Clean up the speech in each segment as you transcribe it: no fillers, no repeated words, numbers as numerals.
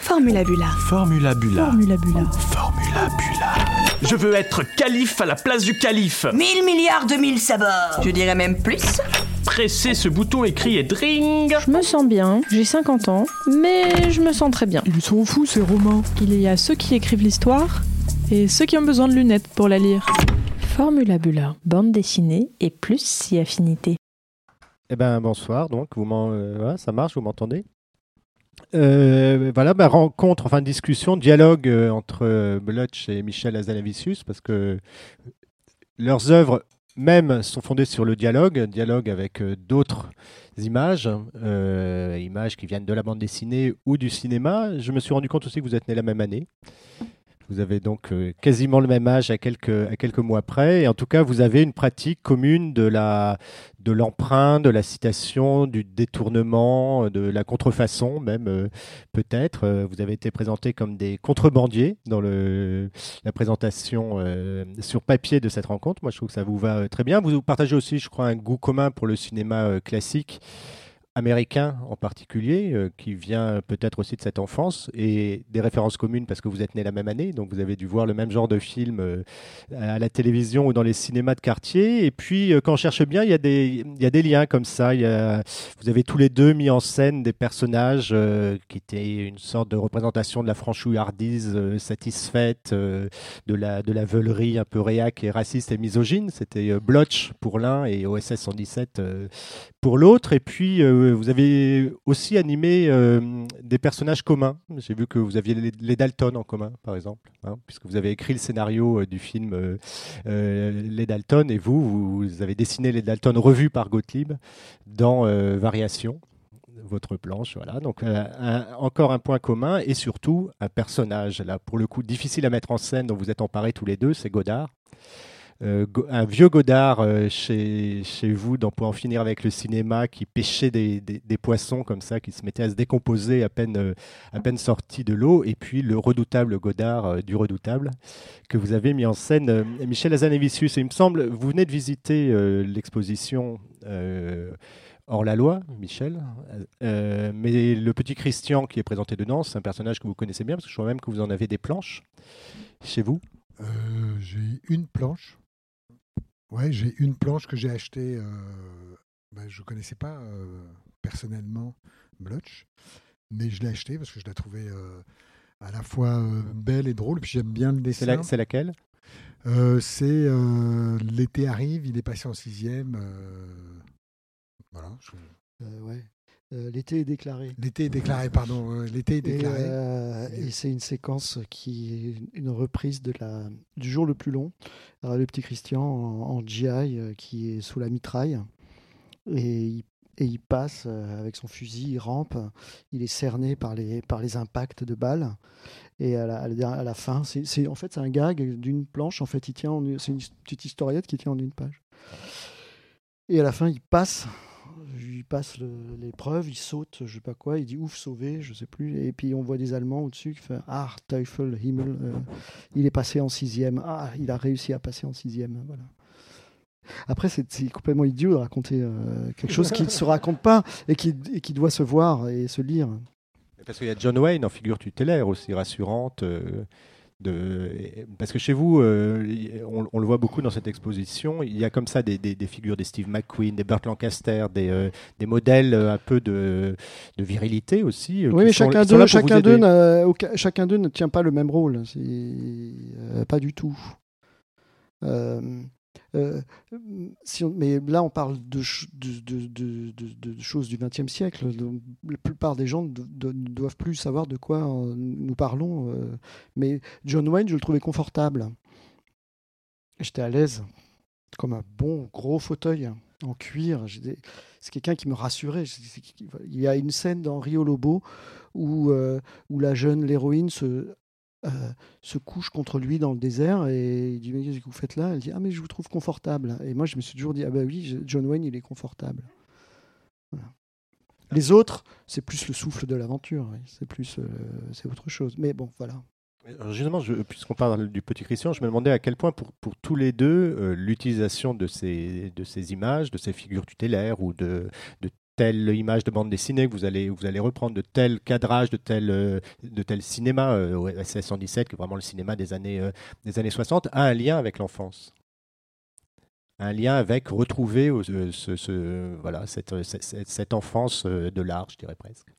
Formulabula. Formulabula. Formulabula. Formulabula. Je veux être calife à la place du calife. 1000 milliards de 1000 sabords. Je dirais même plus. Presser ce bouton écrit et dring. Je me sens bien, j'ai 50 ans, mais je me sens très bien. Ils sont fous ces romans. Il y a ceux qui écrivent l'histoire et ceux qui ont besoin de lunettes pour la lire. Formulabula, bande dessinée et plus si affinité. Eh ben bonsoir, donc voilà, ça marche, vous m'entendez ? Rencontre, enfin discussion, dialogue entre Blutch et Michel Hazanavicius, parce que leurs œuvres même sont fondées sur le dialogue avec d'autres images, images qui viennent de la bande dessinée ou du cinéma. Je me suis rendu compte aussi que vous êtes nés la même année. Vous avez donc quasiment le même âge à quelques mois près. Et en tout cas, vous avez une pratique commune de l'emprunt, de la citation, du détournement, de la contrefaçon même, peut-être. Vous avez été présentés comme des contrebandiers dans la présentation sur papier de cette rencontre. Moi, je trouve que ça vous va très bien. Vous partagez aussi, je crois, un goût commun pour le cinéma classique, américain en particulier, qui vient peut-être aussi de cette enfance, et des références communes parce que vous êtes nés la même année, donc vous avez dû voir le même genre de film à la télévision ou dans les cinémas de quartier. Et puis quand on cherche bien, il y a des liens comme ça. Vous avez tous les deux mis en scène des personnages qui étaient une sorte de représentation de la franchouillardise satisfaite, de la veulerie un peu réac et raciste et misogyne. C'était Blotch pour l'un et OSS 117 pour l'autre. Et puis vous avez aussi animé des personnages communs. J'ai vu que vous aviez les Dalton en commun, par exemple, puisque vous avez écrit le scénario du film Les Dalton, et vous avez dessiné les Dalton revus par Gottlieb dans Variation, votre planche. Voilà. Donc encore un point commun, et surtout un personnage, là, pour le coup, difficile à mettre en scène, dont vous êtes emparés tous les deux, c'est Godard. Un vieux Godard chez vous, pour en finir avec le cinéma, qui pêchait des poissons comme ça, qui se mettait à se décomposer à peine sorti de l'eau, et puis le redoutable Godard du Redoutable, que vous avez mis en scène, Michel Hazanavicius. Et il me semble, vous venez de visiter l'exposition Hors la loi, Michel, mais le petit Christian qui est présenté dedans, c'est un personnage que vous connaissez bien, parce que je crois même que vous en avez des planches chez vous. J'ai une planche. Ouais, j'ai une planche que j'ai achetée. Je ne connaissais pas personnellement Blutch, mais je l'ai achetée parce que je la trouvais à la fois belle et drôle. Puis j'aime bien le dessin. C'est laquelle ? C'est L'été arrive, il est passé en 6e. Voilà. L'été est déclaré. L'été est déclaré, pardon. L'été est déclaré. Et c'est une séquence qui est une reprise du jour le plus long. Alors, le petit Christian en GI qui est sous la mitraille. Et il passe avec son fusil, il rampe. Il est cerné par les impacts de balles. Et à la fin, c'est un gag d'une planche. En fait, c'est une petite historiette qui tient en une page. Et à la fin, il passe l'épreuve, il saute, je sais pas quoi, il dit ouf, sauvé, je sais plus, et puis on voit des Allemands au-dessus qui font ah, Teufel, Himmel, il est passé en 6e, il a réussi à passer en 6e, voilà. Après, c'est complètement idiot de raconter quelque chose qui ne se raconte pas et qui doit se voir et se lire. Parce qu'il y a John Wayne en figure tutélaire aussi rassurante. Parce que chez vous, on le voit beaucoup dans cette exposition, il y a comme ça des figures, des Steve McQueen, des Burt Lancaster, des modèles un peu de virilité aussi. Oui, mais chacun d'eux ne tient pas le même rôle, pas du tout. Mais là, on parle de choses du XXe siècle. La plupart des gens ne doivent plus savoir de quoi nous parlons. Mais John Wayne, je le trouvais confortable. J'étais à l'aise, comme un bon gros fauteuil en cuir. C'est quelqu'un qui me rassurait. Il y a une scène dans Rio Lobo où l'héroïne se couche contre lui dans le désert et il dit mais qu'est-ce que vous faites là? Elle dit ah mais je vous trouve confortable, et moi je me suis toujours dit ah bah oui, John Wayne il est confortable. Voilà. Les autres c'est plus le souffle de l'aventure, c'est autre chose, mais bon voilà. Alors justement, puisqu'on parle du petit Christian, je me demandais à quel point pour tous les deux l'utilisation de ces images, de ces figures tutélaires ou de telle image de bande dessinée que vous allez reprendre, de tel cadrage, de tel cinéma, SS 117, qui est vraiment le cinéma des années 60, a un lien avec l'enfance. Un lien avec retrouver cette enfance de l'art, je dirais presque.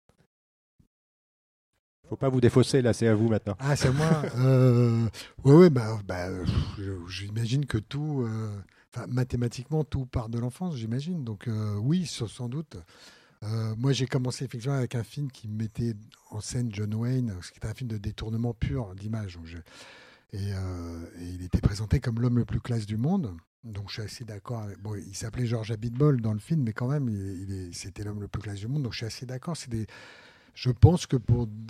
Faut pas vous défausser, là, c'est à vous maintenant. Ah, c'est à moi. Ouais, j'imagine que tout, mathématiquement, tout part de l'enfance, j'imagine. Donc oui, sans doute. Moi, j'ai commencé effectivement avec un film qui mettait en scène John Wayne, ce qui était un film de détournement pur d'image. Et il était présenté comme l'homme le plus classe du monde. Donc je suis assez d'accord. Bon, il s'appelait George Abitbol dans le film, mais quand même, c'était l'homme le plus classe du monde. Donc je suis assez d'accord. Je pense que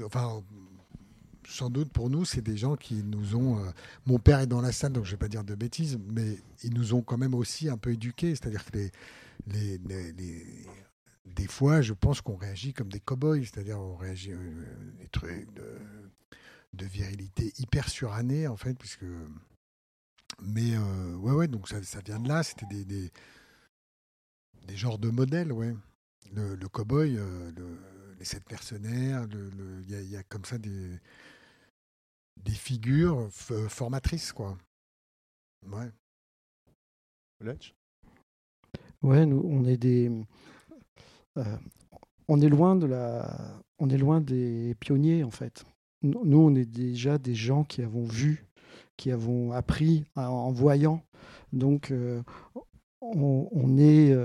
sans doute pour nous, c'est des gens qui nous ont. Mon père est dans la salle, donc je ne vais pas dire de bêtises, mais ils nous ont quand même aussi un peu éduqués. C'est-à-dire que des fois, je pense qu'on réagit comme des cow-boys, c'est-à-dire on réagit des trucs de virilité hyper surannée, en fait, puisque. Mais ouais, donc ça vient de là. C'était des genres de modèles, ouais. Le cow-boy, les 7 mercenaires, il y a comme ça des figures formatrices, quoi. Ouais. Ouais, nous, on est loin des pionniers, en fait. Nous, on est déjà des gens qui avons vu, qui avons appris en voyant. Donc, on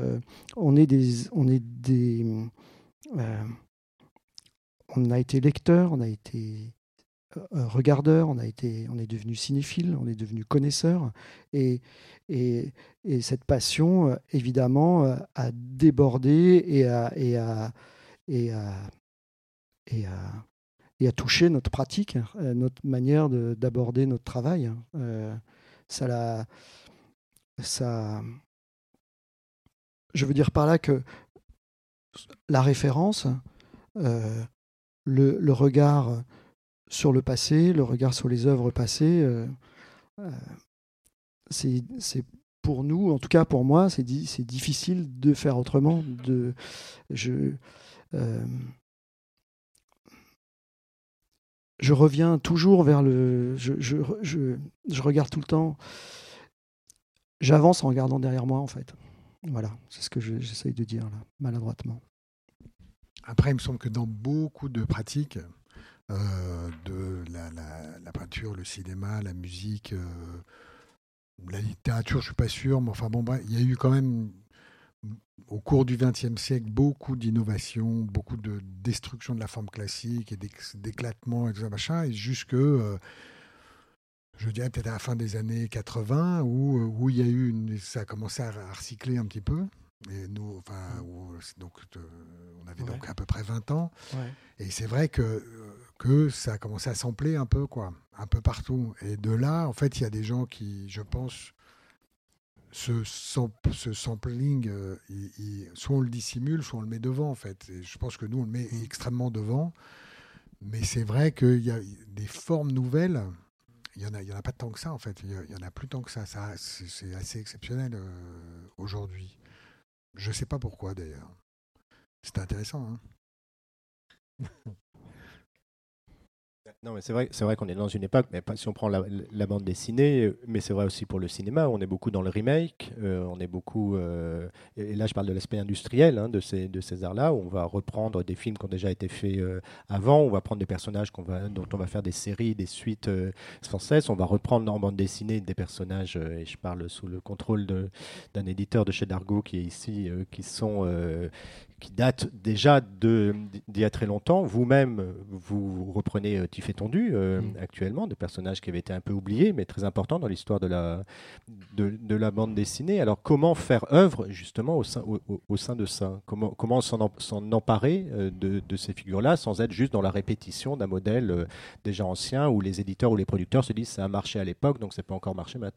a été lecteurs, on a été regardeurs, on est devenu cinéphile, on est devenu connaisseur, et cette passion, évidemment, a débordé et a touché notre pratique, notre manière d'aborder notre travail. Je veux dire par là que la référence, le regard sur le passé, le regard sur les œuvres passées, c'est pour nous, en tout cas pour moi, c'est difficile de faire autrement. Je reviens toujours vers je regarde tout le temps. J'avance en regardant derrière moi, en fait. Voilà, c'est ce que j'essaye de dire, là, maladroitement. Après, il me semble que dans beaucoup de pratiques, de la peinture, le cinéma, la musique, la littérature, je ne suis pas sûr, mais enfin bon, il y a eu quand même, au cours du XXe siècle, beaucoup d'innovations, beaucoup de destruction de la forme classique et d'éclatement, et tout ça, machin, et jusque... je dirais peut-être à la fin des années 80, où il y a eu ça a commencé à recycler un petit peu. Et nous, on avait donc à peu près 20 ans. Ouais. Et c'est vrai que ça a commencé à sampler un peu, quoi, un peu partout. Et de là, en fait, il y a des gens qui, je pense, ce sampling, soit on le dissimule, soit on le met devant, en fait. Et je pense que nous, on le met extrêmement devant. Mais c'est vrai qu'il y a des formes nouvelles. Il y en a pas tant que ça, en fait. Il y en a plus tant que ça. C'est assez exceptionnel aujourd'hui. Je ne sais pas pourquoi, d'ailleurs. C'est intéressant, hein. Non, mais c'est vrai qu'on est dans une époque, mais pas, si on prend la bande dessinée, mais c'est vrai aussi pour le cinéma, on est beaucoup dans le remake, on est beaucoup, et là je parle de l'aspect industriel, hein, de ces arts-là, où on va reprendre des films qui ont déjà été faits avant, on va prendre des personnages dont on va faire des séries, des suites françaises, on va reprendre en bande dessinée des personnages, et je parle sous le contrôle d'un éditeur de chez Dargaud qui est ici, qui datent déjà d'il y a très longtemps. Vous-même, vous reprenez Tif et Tondu actuellement, des personnages qui avaient été un peu oubliés, mais très importants dans l'histoire de la bande dessinée. Alors, comment faire œuvre, justement, au sein de ça ? Comment s'en emparer de ces figures-là, sans être juste dans la répétition d'un modèle déjà ancien, où les éditeurs ou les producteurs se disent « ça a marché à l'époque, donc ça peut encore marcher maintenant ».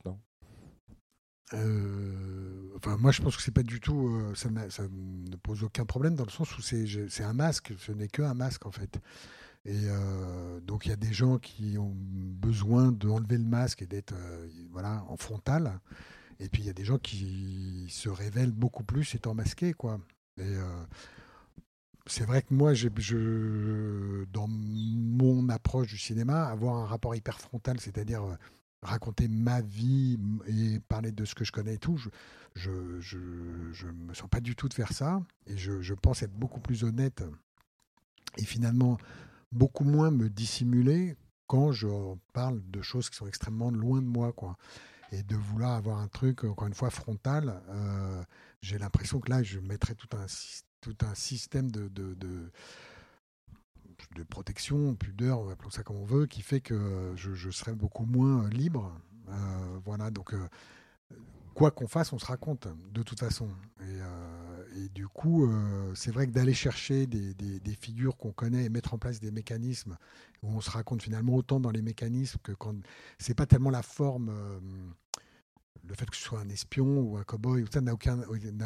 Moi, je pense que c'est pas du tout. Ça ne pose aucun problème dans le sens où c'est un masque. Ce n'est qu'un masque en fait. Et donc il y a des gens qui ont besoin d'enlever le masque et d'être en frontal. Et puis il y a des gens qui se révèlent beaucoup plus étant masqués, quoi. Et c'est vrai que moi, dans mon approche du cinéma, avoir un rapport hyper frontal, c'est-à-dire raconter ma vie et parler de ce que je connais et tout, je me sens pas du tout de faire ça. Et je pense être beaucoup plus honnête et finalement beaucoup moins me dissimuler quand je parle de choses qui sont extrêmement loin de moi, quoi. Et de vouloir avoir un truc, encore une fois, frontal, j'ai l'impression que là, je mettrais tout un système de protection, pudeur, appelons ça comme on veut, qui fait que je serais beaucoup moins libre. Voilà, donc quoi qu'on fasse, on se raconte de toute façon. Et du coup, c'est vrai que d'aller chercher des figures qu'on connaît et mettre en place des mécanismes où on se raconte finalement autant dans les mécanismes que quand c'est pas tellement la forme. Le fait que ce soit un espion ou un cow-boy, ou ça n'a aucun.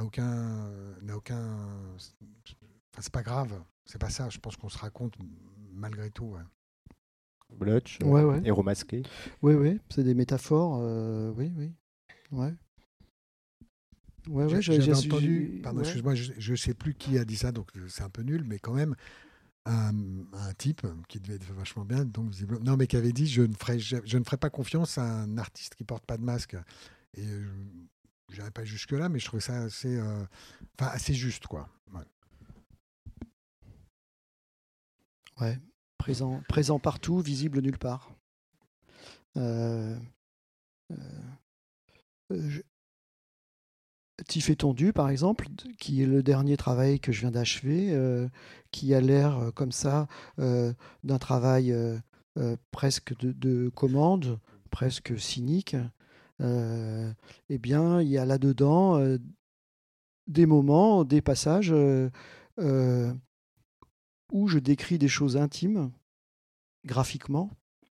Enfin, c'est pas grave. C'est pas ça. Je pense qu'on se raconte malgré tout. Ouais. Blutch, Ouais. héros masqué. Oui, c'est des métaphores. Oui. Ouais. J'avais entendu, pardon, ouais. excuse-moi, je sais plus qui a dit ça, donc c'est un peu nul, mais quand même, un type qui devait être vachement bien, donc non, mais qui avait dit je ne ferai pas confiance à un artiste qui porte pas de masque. Et je n'irai pas jusque là, mais je trouvais ça assez juste, quoi. Ouais. Présent partout, visible nulle part. Tif étendu, par exemple, qui est le dernier travail que je viens d'achever, qui a l'air comme ça d'un travail presque de commande, presque cynique. Eh bien, il y a là-dedans des moments, des passages où je décris des choses intimes, graphiquement,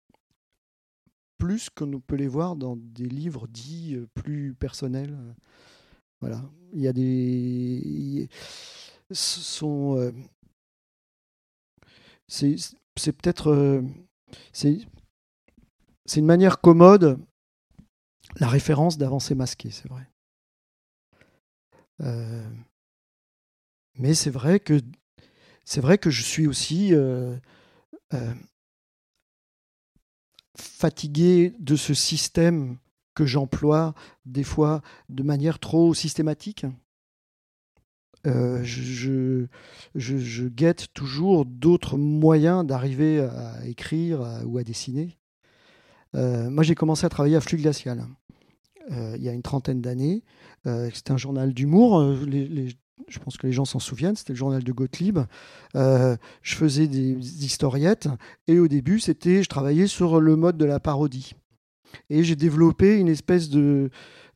plus qu'on peut les voir dans des livres dits plus personnels. Voilà. Il y a des... C'est peut-être... c'est une manière commode, la référence d'Avancée masquée, c'est vrai. Mais c'est vrai que je suis aussi fatigué de ce système que j'emploie des fois de manière trop systématique. Je guette toujours d'autres moyens d'arriver à écrire ou à dessiner. Moi, j'ai commencé à travailler à Flux Glacial il y a une trentaine d'années. C'était un journal d'humour. Je pense que les gens s'en souviennent. C'était le journal de Gottlieb. Je faisais des historiettes. Et au début, je travaillais sur le mode de la parodie. Et j'ai développé une espèce de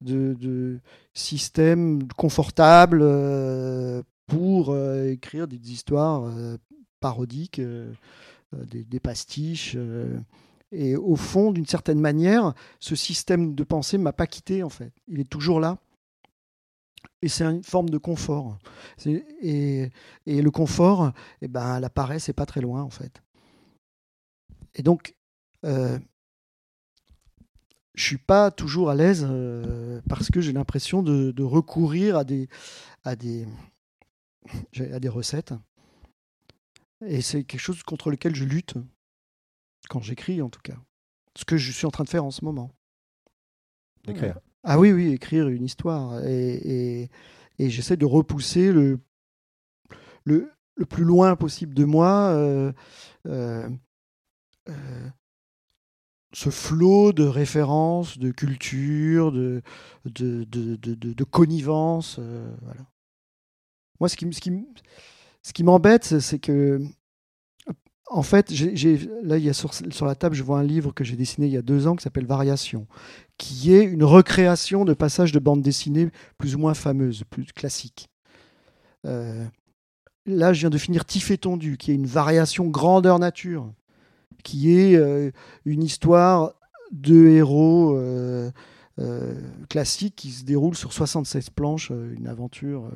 système confortable pour écrire des histoires parodiques, des pastiches. Et au fond, d'une certaine manière, ce système de pensée ne m'a pas quitté, en fait. Il est toujours là. Et c'est une forme de confort. Et le confort, la paresse, c'est pas très loin, en fait. Et donc, je suis pas toujours à l'aise parce que j'ai l'impression de recourir à des recettes. Et c'est quelque chose contre lequel je lutte, quand j'écris en tout cas. Ce que je suis en train de faire en ce moment. D'écrire. Ah oui, écrire une histoire. Et j'essaie de repousser le plus loin possible de moi ce flot de références, de culture, de connivence. Voilà. Moi, ce qui m'embête, c'est que, en fait, là, il y a sur la table, je vois un livre que j'ai dessiné il y a 2 ans qui s'appelle Variations, qui est une recréation de passages de bande dessinée plus ou moins fameuses, plus classiques. Là, je viens de finir Tif étendu, qui est une variation grandeur nature, qui est une histoire de héros classique qui se déroule sur 76 planches, une aventure.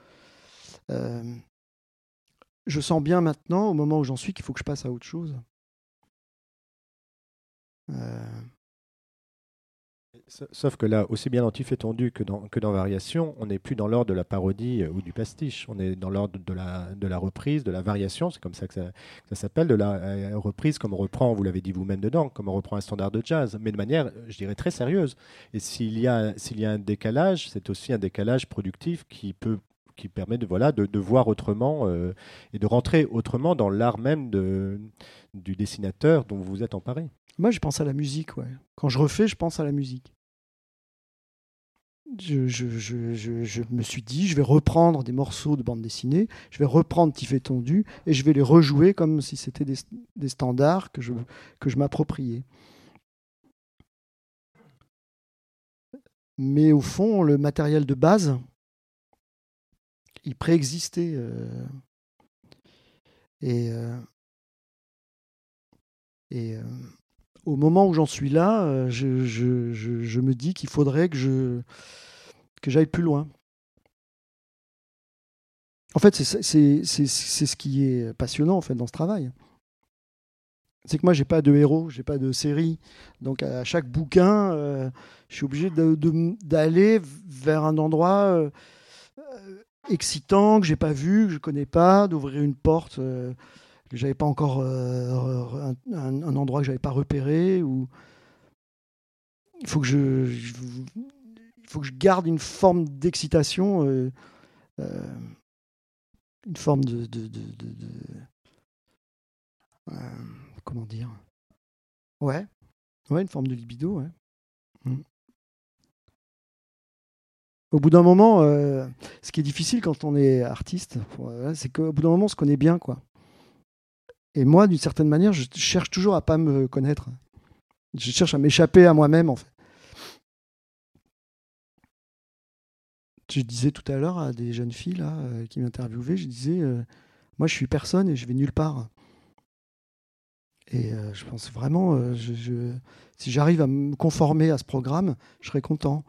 Je sens bien maintenant, au moment où j'en suis, qu'il faut que je passe à autre chose. Sauf que là, aussi bien dans Tif et Tondu que dans Variation, on n'est plus dans l'ordre de la parodie ou du pastiche. On est dans l'ordre de la reprise, de la variation, c'est comme ça que ça s'appelle, de la reprise, comme on reprend, vous l'avez dit vous-même dedans, comme on reprend un standard de jazz, mais de manière, je dirais, très sérieuse. Et s'il y a un décalage, c'est aussi un décalage productif qui permet de voir autrement et de rentrer autrement dans l'art même du dessinateur dont vous vous êtes emparé. Moi, je pense à la musique, ouais. Quand je refais, je pense à la musique. Je me suis dit, je vais reprendre des morceaux de bande dessinée, je vais reprendre Tif et Tondu, et je vais les rejouer comme si c'était des standards que je m'appropriais. Mais au fond, le matériel de base, il préexistait. Au moment où j'en suis là, je me dis qu'il faudrait que j'aille plus loin. En fait, c'est ce qui est passionnant en fait, dans ce travail. C'est que moi, j'ai pas de héros, j'ai pas de série. Donc, à chaque bouquin, je suis obligé d'aller vers un endroit excitant que j'ai pas vu, que je connais pas, d'ouvrir une porte que j'avais pas encore, un endroit que j'avais pas repéré. Ou il faut que je garde une forme d'excitation, une forme de comment dire, ouais, une forme de libido, ouais. Au bout d'un moment, ce qui est difficile quand on est artiste, c'est qu'au bout d'un moment, on se connaît bien, quoi. Et moi, d'une certaine manière, je cherche toujours à pas me connaître. Je cherche à m'échapper à moi-même, en fait. Je disais tout à l'heure à des jeunes filles là, qui m'interviewaient, je disais, moi, je suis personne et je vais nulle part. Et je pense vraiment, si j'arrive à me conformer à ce programme, je serai content.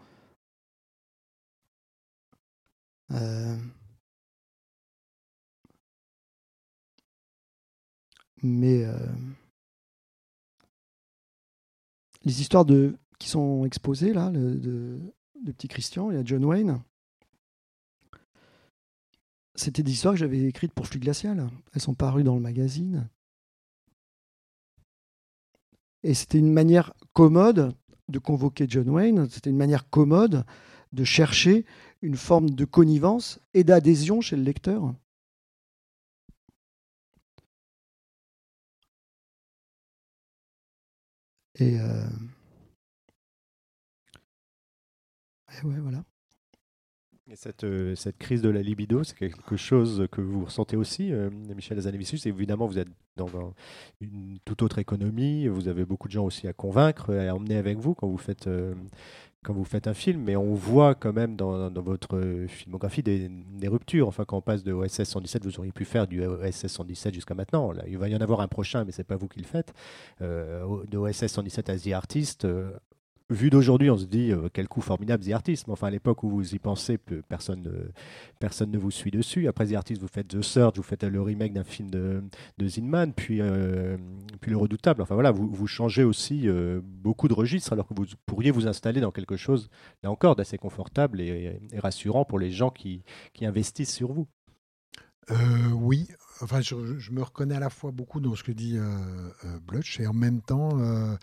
Mais les histoires qui sont exposées là, de Petit Christian, il y a John Wayne. C'était des histoires que j'avais écrites pour Flux Glacial. Elles sont parues dans le magazine. Et c'était une manière commode de convoquer John Wayne. C'était une manière commode de chercher une forme de connivence et d'adhésion chez le lecteur. Et ouais, voilà. Et cette crise de la libido, c'est quelque chose que vous ressentez aussi, Michel Hazanavicius. Évidemment, vous êtes dans une toute autre économie, vous avez beaucoup de gens aussi à convaincre, à emmener avec vous quand vous faites un film, mais on voit quand même dans votre filmographie des ruptures. Enfin, quand on passe de OSS 117, vous auriez pu faire du OSS 117 jusqu'à maintenant. Là, il va y en avoir un prochain, mais c'est pas vous qui le faites. De OSS 117 à The Artist, vu d'aujourd'hui, on se dit quel coup formidable The Artist. Mais enfin, à l'époque où vous y pensez, personne ne vous suit dessus. Après The Artist, vous faites The Surge, vous faites le remake d'un film de Zinman, puis Le Redoutable. Enfin voilà, vous changez aussi beaucoup de registres, alors que vous pourriez vous installer dans quelque chose, là encore, d'assez confortable et rassurant pour les gens qui investissent sur vous. Oui, enfin, je me reconnais à la fois beaucoup dans ce que dit Blutch, et en même temps,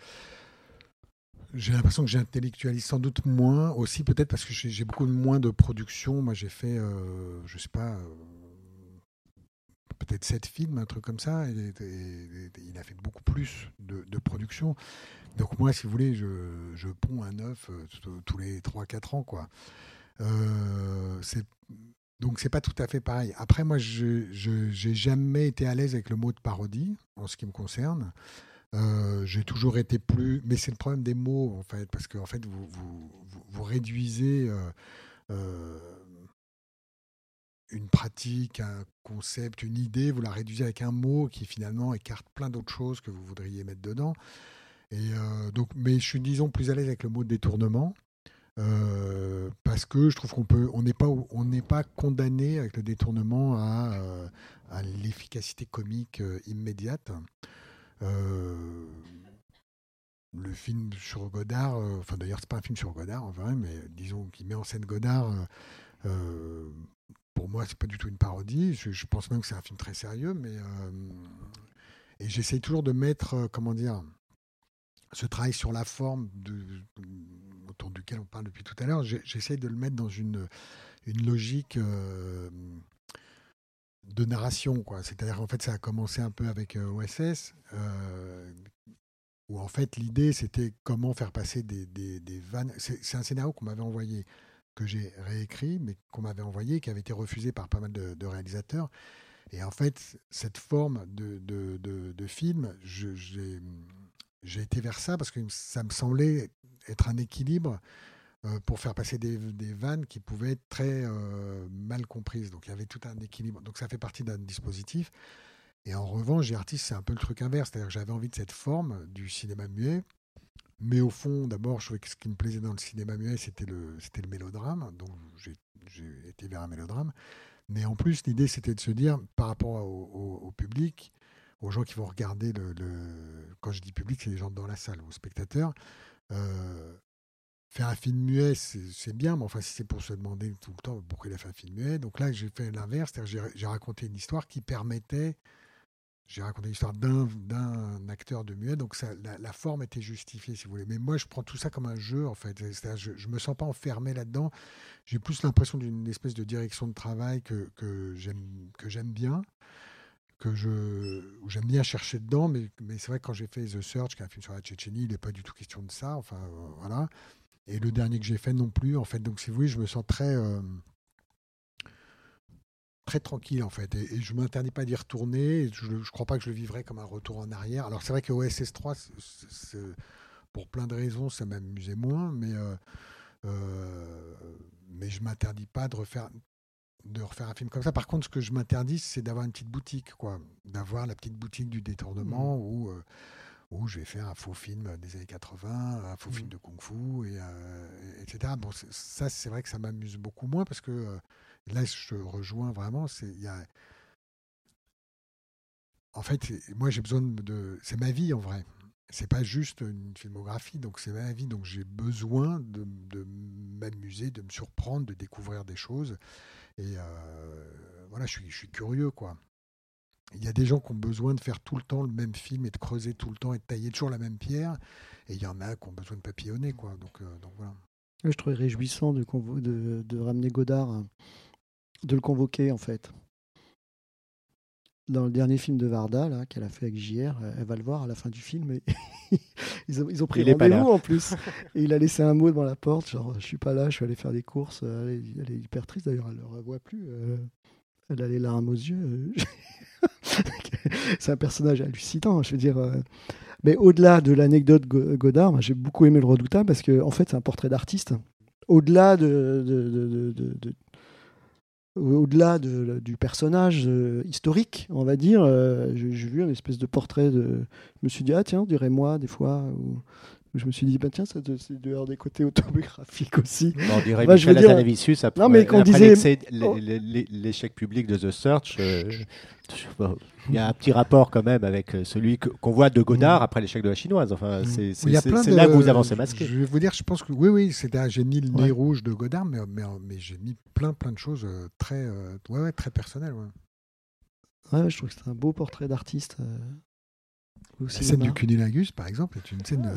j'ai l'impression que j'intellectualise sans doute moins, aussi peut-être parce que j'ai beaucoup moins de production. Moi, j'ai fait, je sais pas, peut-être 7 films, un truc comme ça, et il a fait beaucoup plus de production. Donc moi, si vous voulez, je ponds un œuf tous les 3-4 ans, quoi. Donc c'est pas tout à fait pareil. Après, moi, j'ai jamais été à l'aise avec le mot de parodie, en ce qui me concerne. J'ai toujours été plus... Mais c'est le problème des mots, en fait, parce que en fait, vous réduisez une pratique, un concept, une idée, vous la réduisez avec un mot qui finalement écarte plein d'autres choses que vous voudriez mettre dedans. Et donc, mais je suis, disons, plus à l'aise avec le mot de détournement. Parce que je trouve on n'est pas condamné avec le détournement à l'efficacité comique immédiate. le film sur Godard, enfin d'ailleurs c'est pas un film sur Godard en vrai, mais disons qu'il met en scène Godard, pour moi c'est pas du tout une parodie, je pense même que c'est un film très sérieux, mais et j'essaye toujours de mettre, comment dire, ce travail sur la forme autour duquel on parle depuis tout à l'heure, j'essaye de le mettre dans une logique de narration, quoi. C'est-à-dire en fait ça a commencé un peu avec OSS, où en fait l'idée c'était comment faire passer des vannes. C'est un scénario qu'on m'avait envoyé, que j'ai réécrit, mais qu'on m'avait envoyé, qui avait été refusé par pas mal de réalisateurs. Et en fait, cette forme de film, j'ai été vers ça parce que ça me semblait être un équilibre pour faire passer des vannes qui pouvaient être très mal comprises. Donc il y avait tout un équilibre. Donc ça fait partie d'un dispositif. Et en revanche, G-Artist, c'est un peu le truc inverse. C'est-à-dire que j'avais envie de cette forme du cinéma muet. Mais au fond, d'abord, je trouvais que ce qui me plaisait dans le cinéma muet, c'était le mélodrame. Donc j'ai été vers un mélodrame. Mais en plus, l'idée, c'était de se dire, par rapport au public, aux gens qui vont regarder quand je dis public, c'est les gens dans la salle, aux spectateurs, faire un film muet, c'est bien, mais enfin, si c'est pour se demander tout le temps pourquoi il a fait un film muet, donc là, j'ai fait l'inverse, c'est-à-dire j'ai raconté une histoire qui permettait, j'ai raconté l'histoire d'un acteur de muet, donc ça, la forme était justifiée, si vous voulez. Mais moi, je prends tout ça comme un jeu, en fait. C'est-à-dire, je me sens pas enfermé là-dedans. J'ai plus l'impression d'une espèce de direction de travail que j'aime bien, où j'aime bien chercher dedans, mais c'est vrai que quand j'ai fait The Search, qui est un film sur la Tchétchénie, il n'est pas du tout question de ça, enfin, voilà. Et le dernier que j'ai fait non plus, en fait. Donc, si vous voulez, je me sens très tranquille, en fait. Et je ne m'interdis pas d'y retourner. Je ne crois pas que je le vivrais comme un retour en arrière. Alors, c'est vrai que OSS 3, pour plein de raisons, ça m'amusait moins, mais je ne m'interdis pas de refaire un film comme ça. Par contre, ce que je m'interdis, c'est d'avoir une petite boutique, quoi. D'avoir la petite boutique du détournement où je vais faire un faux film des années 80, un faux film de kung-fu, etc. Bon, ça, c'est vrai que ça m'amuse beaucoup moins parce que là, je rejoins vraiment. En fait, moi, j'ai besoin c'est ma vie, en vrai. C'est pas juste une filmographie, donc c'est ma vie. Donc j'ai besoin de m'amuser, de me surprendre, de découvrir des choses. Et voilà, je suis curieux, quoi. Il y a des gens qui ont besoin de faire tout le temps le même film et de creuser tout le temps et de tailler toujours la même pierre. Et il y en a qui ont besoin de papillonner, quoi. Donc voilà. Je trouvais réjouissant de ramener Godard, de le convoquer, en fait. Dans le dernier film de Varda, là, qu'elle a fait avec JR, elle va le voir à la fin du film. Et ils ont pris rendez-vous en plus. Et il a laissé un mot devant la porte, genre je suis pas là, je suis allé faire des courses. Elle est hyper triste d'ailleurs, elle ne le revoit plus. Elle a les larmes aux yeux. C'est un personnage hallucinant, je veux dire. Mais au-delà de l'anecdote Godard, moi, j'ai beaucoup aimé Le Redoutable parce que en fait, c'est un portrait d'artiste. Au-delà au-delà du personnage historique, on va dire, j'ai vu une espèce de portrait je me suis dit, ah tiens, on dirait moi, des fois, où je me suis dit, bah, tiens, c'est dehors des côtés autobiographiques aussi. On dirait Michel Hazanavicius après l'échec public de The Search. Il y a un petit rapport quand même avec celui qu'on voit de Godard après l'échec de la chinoise. Enfin, c'est là que vous avancez masqué. Je vais vous dire, je pense que oui, j'ai mis le nez rouge de Godard, mais j'ai mis plein de choses très personnelles. Ouais, je trouve que c'est un beau portrait d'artiste. La scène du cunnilingus, par exemple, est une scène.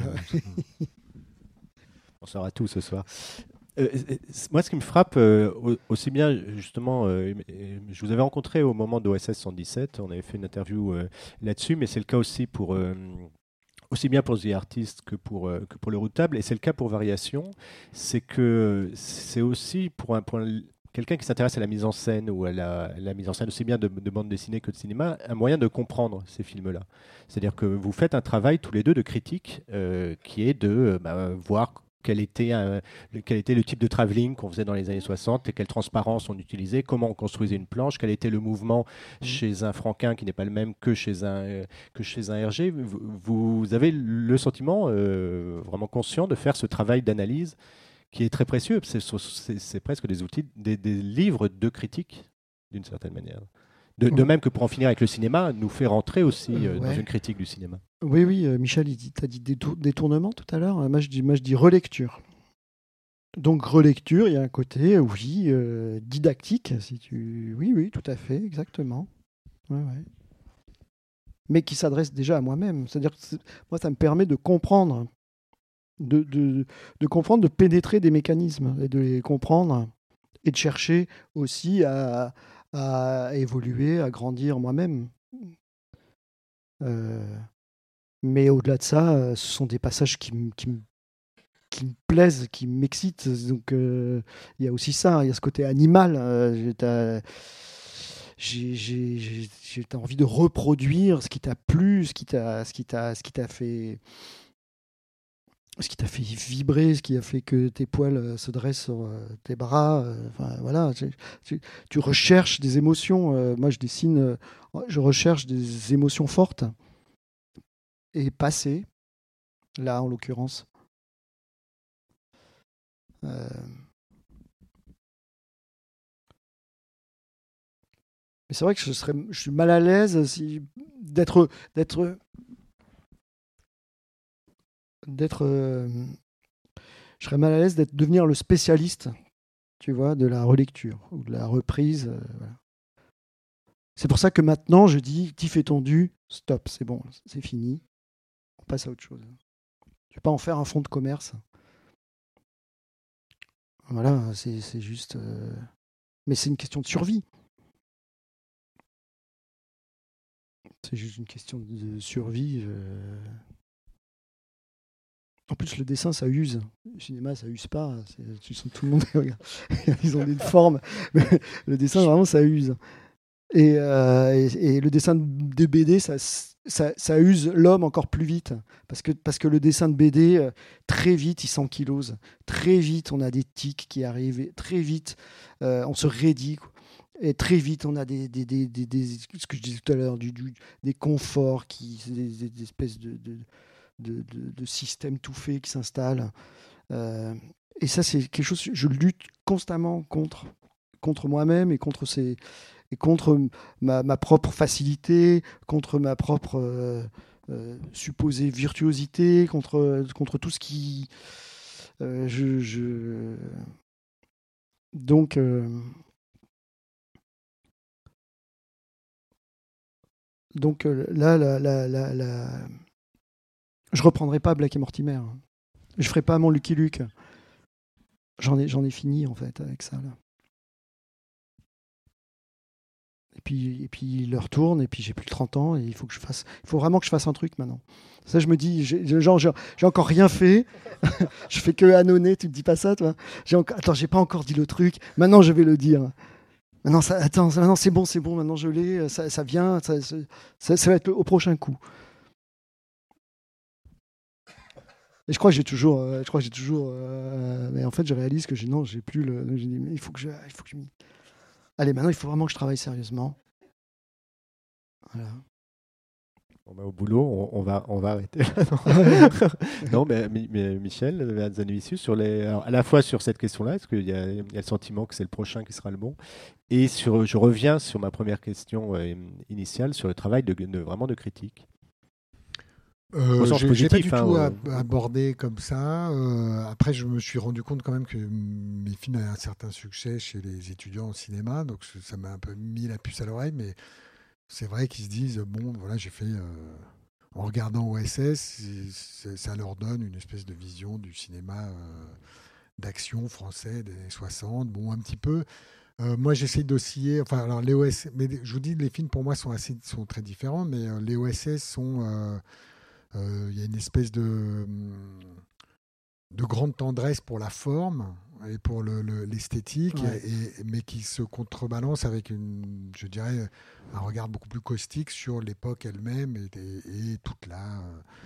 On saura tout ce soir. Moi, ce qui me frappe aussi bien, justement, je vous avais rencontré au moment d'OSS 117, on avait fait une interview là-dessus, mais c'est le cas aussi aussi bien pour The Artist que pour Le Redoutable, et c'est le cas pour Variation, c'est que c'est aussi pour quelqu'un qui s'intéresse à la mise en scène ou à la mise en scène aussi bien de bande dessinée que de cinéma, un moyen de comprendre ces films-là. C'est-à-dire que vous faites un travail tous les deux de critique qui est de voir quel était le type de travelling qu'on faisait dans les années 60 et quelle transparence on utilisait, comment on construisait une planche, quel était le mouvement chez un Franquin qui n'est pas le même que chez un Hergé. Vous avez le sentiment vraiment conscient de faire ce travail d'analyse qui est très précieux. C'est presque des outils, des livres de critique, d'une certaine manière. De même que pour en finir avec le cinéma, nous fait rentrer aussi dans Ouais. une critique du cinéma. Oui, Michel, tu as dit détournement tout à l'heure. Moi, je dis relecture. Donc, relecture, il y a un côté, oui, didactique. Oui, tout à fait, exactement. Ouais. Mais qui s'adresse déjà à moi-même. C'est-à-dire que moi, ça me permet de comprendre, de comprendre, de pénétrer des mécanismes et de les comprendre et de chercher aussi à évoluer, à grandir moi-même. Mais au-delà de ça, ce sont des passages qui me plaisent, qui m'excitent. Donc il y a aussi ça, il y a ce côté animal. J'ai envie de reproduire ce qui t'a plu, ce qui t'a fait vibrer, ce qui a fait que tes poils se dressent sur tes bras. Enfin, voilà, tu recherches des émotions. Moi, je dessine, je recherche des émotions fortes et passées, là, en l'occurrence. Mais c'est vrai que je suis mal à l'aise d'être je serais mal à l'aise devenir le spécialiste, tu vois, de la relecture ou de la reprise. Voilà. C'est pour ça que maintenant, je dis, tif étendu, stop, c'est bon, c'est fini. On passe à autre chose. Je ne vais pas en faire un fonds de commerce. Voilà, c'est juste... Mais c'est une question de survie. C'est juste une question de survie. En plus, le dessin, ça use. Le cinéma, ça use pas. Tout le monde, regarde, ils ont des formes. Mais le dessin, vraiment, ça use. Et le dessin de BD, ça use l'homme encore plus vite. Parce que le dessin de BD, très vite, il s'ankylose. Très vite, on a des tics qui arrivent. Et très vite, on se raidit, quoi. Et très vite, on a ce que je disais tout à l'heure, des conforts, des espèces de systèmes tout faits qui s'installent. Et ça, c'est quelque chose que je lutte constamment contre moi-même et contre ma propre facilité, contre ma propre supposée virtuosité, contre tout ce qui... Donc... Donc là, je reprendrai pas Black et Mortimer. Je ferai pas mon Lucky Luke. J'en ai fini en fait avec ça là. Et puis l'heure tourne et puis j'ai plus de 30 ans et il faut vraiment que je fasse un truc maintenant. Ça je me dis, j'ai encore rien fait. Je fais que annonner. Tu te dis pas ça toi? Attends, j'ai pas encore dit le truc. Maintenant je vais le dire. Maintenant, maintenant c'est bon, maintenant je l'ai, ça vient, ça va être au prochain coup. Et je crois que j'ai toujours, mais en fait je réalise que j'ai plus le, j'ai dit, mais il faut que je allez, maintenant il faut vraiment que je travaille sérieusement. Voilà. Bon, au boulot, on va arrêter là. Non, mais Michel Hazanavicius, à la fois sur cette question-là, est-ce qu'il y a le sentiment que c'est le prochain qui sera le bon, et je reviens sur ma première question initiale sur le travail vraiment de critique. J'ai pas du tout abordé comme ça. Après, je me suis rendu compte quand même que mes films avaient un certain succès chez les étudiants en cinéma, donc ça m'a un peu mis la puce à l'oreille, mais c'est vrai qu'ils se disent, bon, voilà, j'ai fait... en regardant OSS, ça leur donne une espèce de vision du cinéma d'action français des années 60. Bon, un petit peu. Moi, j'essaye d'osciller... Enfin, alors, les OSS... Mais je vous dis, les films, pour moi, sont très différents, mais les OSS sont... Il y a une espèce de grande tendresse pour la forme et pour l'esthétique, Ouais. mais qui se contrebalance avec je dirais, un regard beaucoup plus caustique sur l'époque elle-même et toute la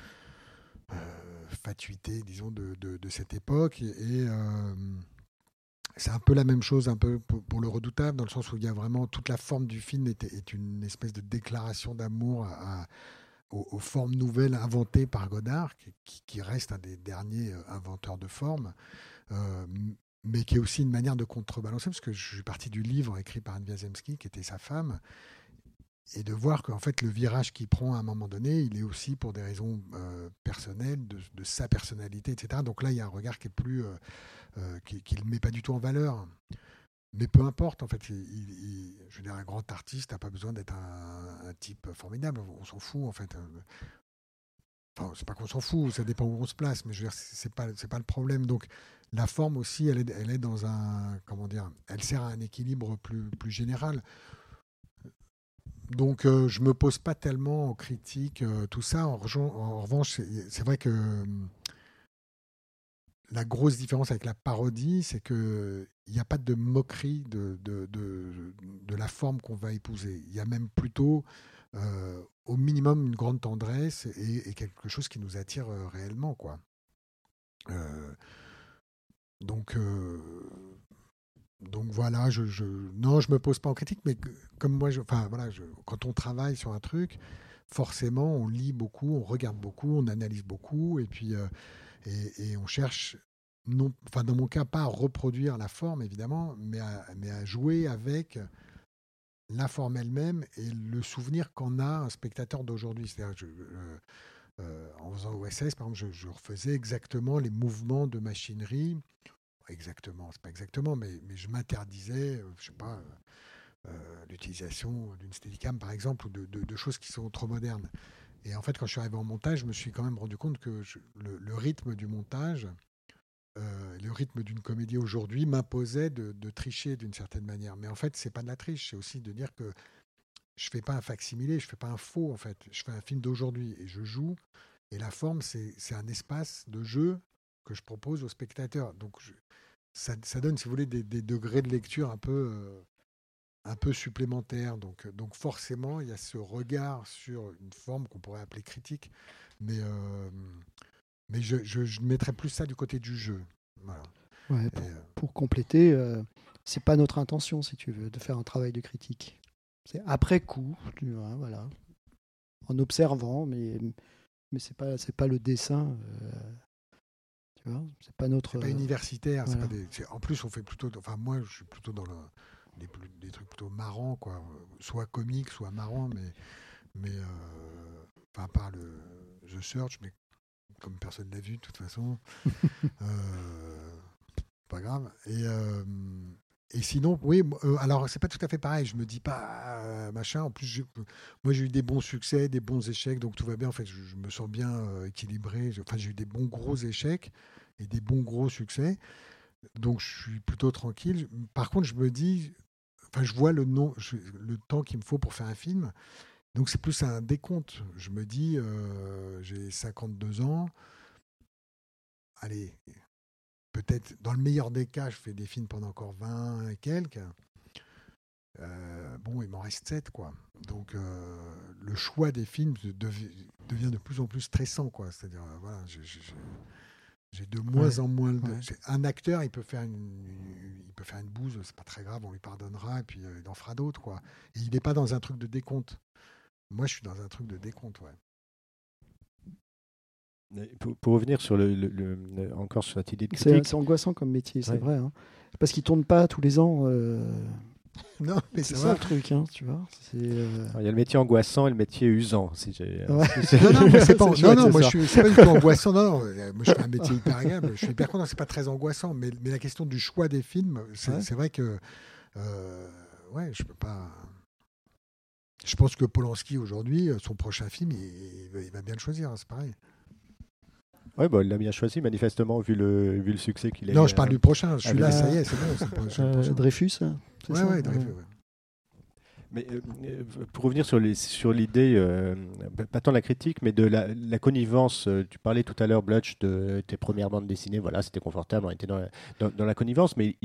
fatuité, disons, de cette époque. Et c'est un peu la même chose un peu pour Le Redoutable, dans le sens où il y a vraiment toute la forme du film est une espèce de déclaration d'amour aux formes nouvelles inventées par Godard, qui reste un des derniers inventeurs de formes, mais qui est aussi une manière de contrebalancer, parce que je suis parti du livre écrit par Anne Wiazemski, qui était sa femme, et de voir qu'en fait, le virage qu'il prend à un moment donné, il est aussi pour des raisons personnelles, de sa personnalité, etc. Donc là, il y a un regard qui est plus, qui le met pas du tout en valeur. Mais peu importe, en fait, je veux dire, un grand artiste n'a pas besoin d'être un type formidable. On s'en fout, en fait. Enfin, c'est pas qu'on s'en fout, ça dépend où on se place, mais je veux dire, c'est pas le problème. Donc, la forme aussi, elle est dans un, comment dire, elle sert à un équilibre plus général. Donc, je me pose pas tellement en critique tout ça. En revanche, c'est vrai que la grosse différence avec la parodie, c'est qu'il n'y a pas de moquerie de la forme qu'on va épouser. Il y a même plutôt, au minimum, une grande tendresse et quelque chose qui nous attire réellement, quoi. Donc voilà, non, je me pose pas en critique, mais comme moi, quand on travaille sur un truc, forcément, on lit beaucoup, on regarde beaucoup, on analyse beaucoup, et puis et on cherche, non, enfin dans mon cas, pas à reproduire la forme évidemment, mais à jouer avec la forme elle-même et le souvenir qu'en a un spectateur d'aujourd'hui. C'est-à-dire, en faisant OSS, par exemple, je refaisais exactement les mouvements de machinerie. Exactement, c'est pas exactement, mais je m'interdisais, je sais pas, l'utilisation d'une Steadicam par exemple, ou de choses qui sont trop modernes. Et en fait, quand je suis arrivé en montage, je me suis quand même rendu compte que le rythme du montage, le rythme d'une comédie aujourd'hui m'imposait de tricher d'une certaine manière. Mais en fait, c'est pas de la triche, c'est aussi de dire que je fais pas un facsimilé, je fais pas un faux en fait. Je fais un film d'aujourd'hui et je joue. Et la forme, c'est un espace de jeu que je propose aux spectateurs. Donc ça donne, si vous voulez, des degrés de lecture un peu supplémentaires. Donc forcément, il y a ce regard sur une forme qu'on pourrait appeler critique. Mais je mettrais plus ça du côté du jeu. Voilà. Ouais, pour compléter, c'est pas notre intention, si tu veux, de faire un travail de critique. C'est après coup, tu vois, voilà, en observant, mais c'est pas le dessin. Tu vois, c'est pas notre. C'est pas universitaire. Voilà. En plus, on fait plutôt. Enfin, moi, je suis plutôt dans des trucs plutôt marrants, quoi. Soit comiques, soit marrants, mais enfin, par The Search, mais comme personne l'a vu, de toute façon, pas grave. Et sinon, oui, alors c'est pas tout à fait pareil. Je me dis pas machin. En plus, moi j'ai eu des bons succès, des bons échecs, donc tout va bien. En fait, je me sens bien équilibré. Enfin, j'ai eu des bons gros échecs et des bons gros succès, donc je suis plutôt tranquille. Par contre, je me dis, enfin, je vois le temps qu'il me faut pour faire un film. Donc c'est plus un décompte. Je me dis, j'ai 52 ans. Allez. Peut-être, dans le meilleur des cas, je fais des films pendant encore 20 et quelques. Bon, il m'en reste 7, quoi. Donc, le choix des films devient de plus en plus stressant, quoi. C'est-à-dire, voilà, j'ai de moins en moins... Un acteur, il peut faire une bouse, c'est pas très grave, on lui pardonnera, et puis il en fera d'autres, quoi. Et il n'est pas dans un truc de décompte. Moi, je suis dans un truc de décompte, ouais. Pour revenir sur encore sur cette idée de critique. C'est angoissant comme métier, c'est vrai. Hein. Parce qu'ils ne tournent pas tous les ans. Non, mais c'est ça le truc, hein, tu vois. Il y a le métier angoissant et le métier usant. Non, moi, c'est pas du tout angoissant. Non, moi, je fais un métier hyper agréable. Je suis hyper content. C'est pas très angoissant, mais la question du choix des films, c'est vrai que je peux pas. Je pense que Polanski aujourd'hui, son prochain film, il va bien le choisir. Hein, c'est pareil. Oui, il l'a bien choisi, manifestement, vu le succès qu'il a. Non, je parle du prochain. Je suis là, ça y est, c'est bon. Dreyfus, ouais, Dreyfus. Ouais. Mais pour revenir sur l'idée, pas tant de la critique, mais de la connivence. Tu parlais tout à l'heure, Blutch, de tes premières bandes dessinées. Voilà, c'était confortable, on était dans la connivence, mais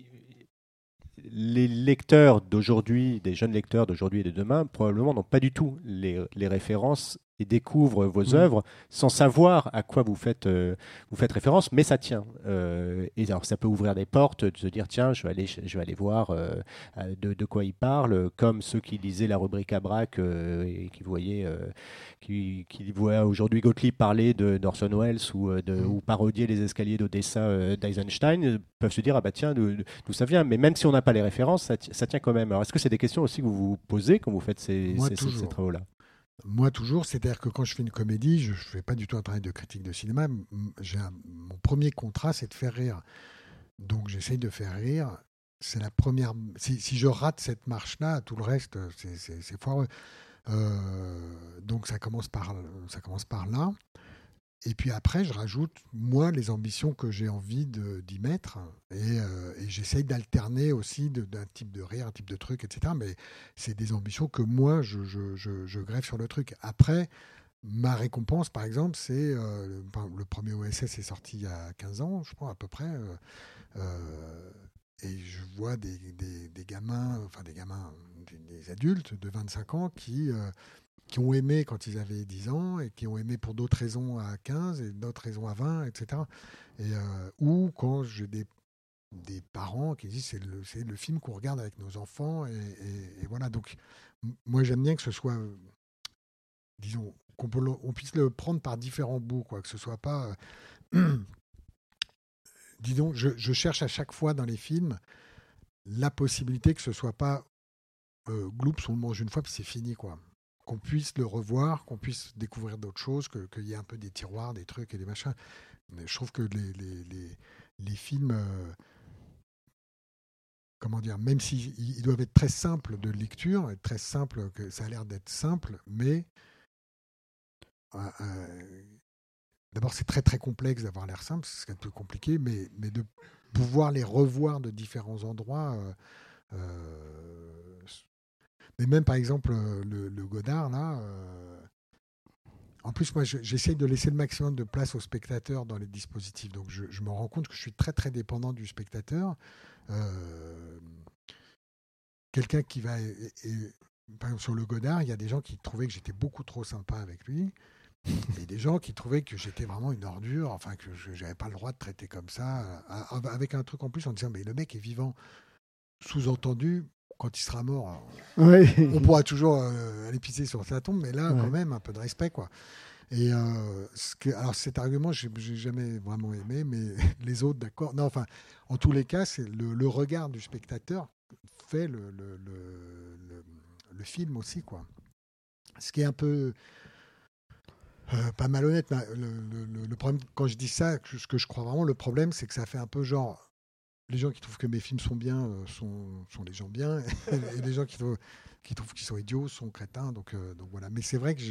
les lecteurs d'aujourd'hui, des jeunes lecteurs d'aujourd'hui et de demain, probablement n'ont pas du tout les références et découvre vos œuvres sans savoir à quoi vous faites référence, mais ça tient. Et alors ça peut ouvrir des portes, de se dire tiens, je vais aller voir de quoi il parle, comme ceux qui lisaient la rubrique à braque et qui voient aujourd'hui Gottlieb parler d'Orson Welles ou parodier les escaliers d'Odessa d'Eisenstein, peuvent se dire ah bah tiens, d'où ça vient. Mais même si on n'a pas les références, ça tient quand même. Alors est-ce que c'est des questions aussi que vous vous posez quand vous faites ces travaux-là? Moi, toujours, c'est-à-dire que quand je fais une comédie, je ne fais pas du tout un travail de critique de cinéma. Mon premier contrat, c'est de faire rire. Donc, j'essaye de faire rire. C'est la première. Si je rate cette marche-là, tout le reste, c'est foireux. Donc, ça commence par là. Et puis après, je rajoute, moi, les ambitions que j'ai envie d'y mettre. Et j'essaye d'alterner aussi d'un type de rire, un type de truc, etc. Mais c'est des ambitions que moi, je greffe sur le truc. Après, ma récompense, par exemple, c'est... le premier OSS est sorti il y a 15 ans, je crois, à peu près. Et je vois des gamins, des adultes de 25 ans qui ont aimé quand ils avaient 10 ans et qui ont aimé pour d'autres raisons à 15 et d'autres raisons à 20, etc. Ou quand j'ai des parents qui disent c'est le film qu'on regarde avec nos enfants et voilà. Donc moi j'aime bien que ce soit, disons, on puisse le prendre par différents bouts, quoi, que ce soit pas... disons, je cherche à chaque fois dans les films la possibilité que ce soit pas Gloops, on le mange une fois puis c'est fini, quoi. Qu'on puisse le revoir, qu'on puisse découvrir d'autres choses, qu'il y ait un peu des tiroirs, des trucs et des machins. Mais je trouve que les films, comment dire, même s'ils doivent être très simples de lecture, très simples, que ça a l'air d'être simple, mais d'abord c'est très très complexe d'avoir l'air simple, c'est un peu compliqué, mais de pouvoir les revoir de différents endroits. Mais même par exemple le Godard là, en plus moi j'essaye de laisser le maximum de place aux spectateurs dans les dispositifs, donc je me rends compte que je suis très très dépendant du spectateur. Quelqu'un qui va par exemple sur le Godard, il y a des gens qui trouvaient que j'étais beaucoup trop sympa avec lui et des gens qui trouvaient que j'étais vraiment une ordure, enfin que je n'avais pas le droit de traiter comme ça, avec un truc en plus en disant mais le mec est vivant, sous-entendu quand il sera mort, on pourra toujours aller pisser sur sa tombe, mais là, quand même, un peu de respect, quoi. Et alors, cet argument, j'ai jamais vraiment aimé, mais les autres, d'accord. Non, enfin, en tous les cas, c'est le regard du spectateur fait le film aussi, quoi. Ce qui est un peu pas malhonnête, mais le problème, quand je dis ça, ce que je crois vraiment, le problème, c'est que ça fait un peu genre... Les gens qui trouvent que mes films sont bien sont des gens bien, et les gens qui trouvent qu'ils sont idiots sont crétins. Donc voilà. Mais c'est vrai que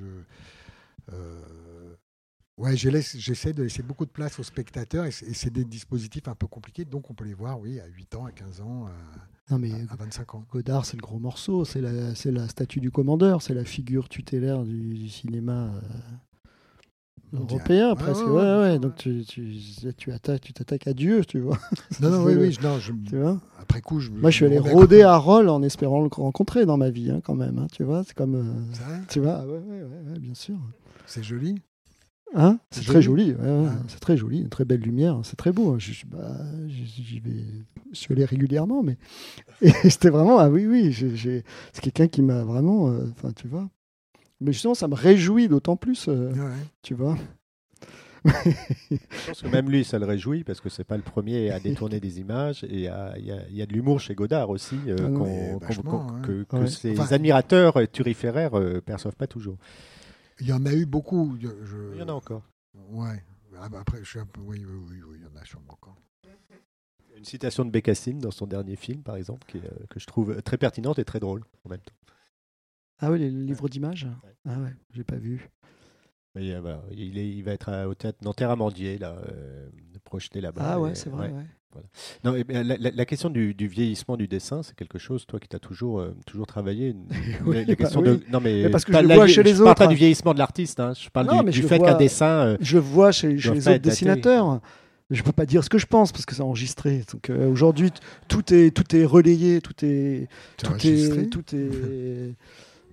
j'essaie de laisser beaucoup de place aux spectateurs, et c'est des dispositifs un peu compliqués, donc on peut les voir, oui, à 8 ans, à 15 ans, à 25 ans. Godard, c'est le gros morceau, c'est la statue du commandeur, c'est la figure tutélaire du cinéma européen, presque. Ouais. Donc tu t'attaques à Dieu, tu vois. Non, tu vois. Après coup, moi, je suis allé rôder à Roll en espérant le rencontrer dans ma vie, hein, quand même. Hein, tu vois, c'est comme. Tu vois, ouais, bien sûr. C'est joli. Hein, c'est très joli. C'est très joli, une très belle lumière, c'est très beau. J'y vais. Je suis allé régulièrement, mais et c'était vraiment c'est quelqu'un qui m'a vraiment. Enfin, tu vois. Mais justement, ça me réjouit d'autant plus, tu vois. Je pense que même lui, ça le réjouit, parce que c'est pas le premier à détourner des images, et il y a de l'humour chez Godard aussi, que ses admirateurs turiféraires perçoivent pas toujours. Il y en a eu beaucoup. Il y en a encore. Ouais. Après, je suis un peu... Oui, il y en a sûrement encore. Une citation de Bécassine dans son dernier film, par exemple, que je trouve très pertinente et très drôle en même temps. Ah oui, les livres d'images. Ah ouais, j'ai pas vu. Mais, voilà, il va être au théâtre Nanterre-Amandier, là, projeté là-bas. Ah ouais, c'est vrai. Ouais. Voilà. Non, la question du vieillissement du dessin, c'est quelque chose, toi qui t'as toujours travaillé. Non, mais parce que je le vois chez les autres. Je parle pas du vieillissement de l'artiste, hein. Je parle du fait qu'un dessin. Je le vois chez les autres dessinateurs. Je peux pas dire ce que je pense parce que c'est enregistré. Donc aujourd'hui, tout est relayé, tout est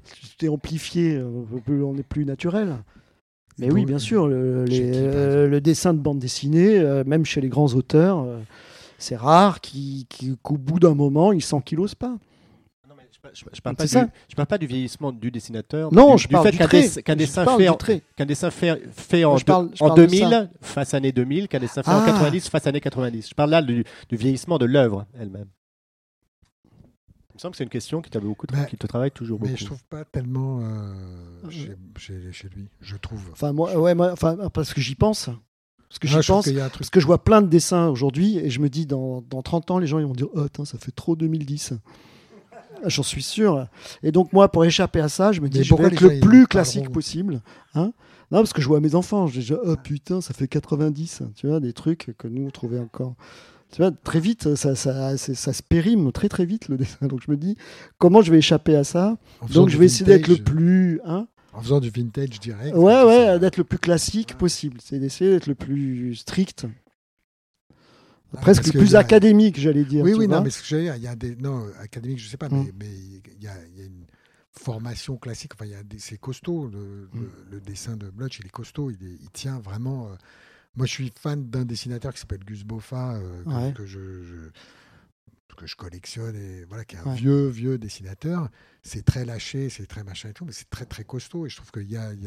tout est amplifié, on n'est plus naturel. Mais Et oui, donc, bien sûr, chez qui, par exemple le dessin de bande dessinée, même chez les grands auteurs, c'est rare qu'au bout d'un moment, ils sentent qu'ils n'osent pas. Non, mais je parle C'est ça. je parle pas du vieillissement du dessinateur. Non, du, je du parle fait du qu'un trait. qu'un Je dessin parle fait du en, trait. qu'un dessin fait en, Moi, je parle en de 2000 ça. face année 2000, qu'un dessin fait en Ah. 90 face année 90. Je parle là du vieillissement de l'œuvre elle-même. Il me semble que c'est une question qui qui te travaille toujours beaucoup. Mais je trouve pas tellement chez lui, je trouve. Enfin, parce que j'y pense. Parce que Ah, j'y je trouve pense. qu'il y a un truc. Parce que je vois plein de dessins aujourd'hui et je me dis, dans 30 ans, les gens ils vont dire, oh, attends, ça fait trop 2010. J'en suis sûr. Et donc, moi, pour échapper à ça, je me dis, Mais je vais pourquoi être les le gens, plus ils classique parleront possible. Hein, non, parce que je vois mes enfants, je dis, oh putain, ça fait 90. Tu vois, des trucs que nous, on trouvait encore. Tu vois, très vite, ça se périme très très vite le dessin. Donc, je me dis, comment je vais échapper à ça? En faisant Donc, du je vais essayer d'être le vintage, plus. Hein, En faisant du vintage direct. ouais, d'être le plus classique possible. C'est d'essayer d'être le plus strict. Presque parce le que plus y a- académique, j'allais dire. Oui, tu oui, vois. non, mais ce que j'allais dire, il y a des. Non, académique, je sais pas, Mm. mais il y a une formation classique. Enfin, c'est costaud. Le dessin de Blutch, il est costaud. Il tient vraiment. Moi, je suis fan d'un dessinateur qui s'appelle Gus Boffa, Ouais. que je collectionne, et voilà, qui est un Ouais. vieux dessinateur. C'est très lâché, c'est très machin et tout, mais c'est très très costaud. Et je trouve qu'il y a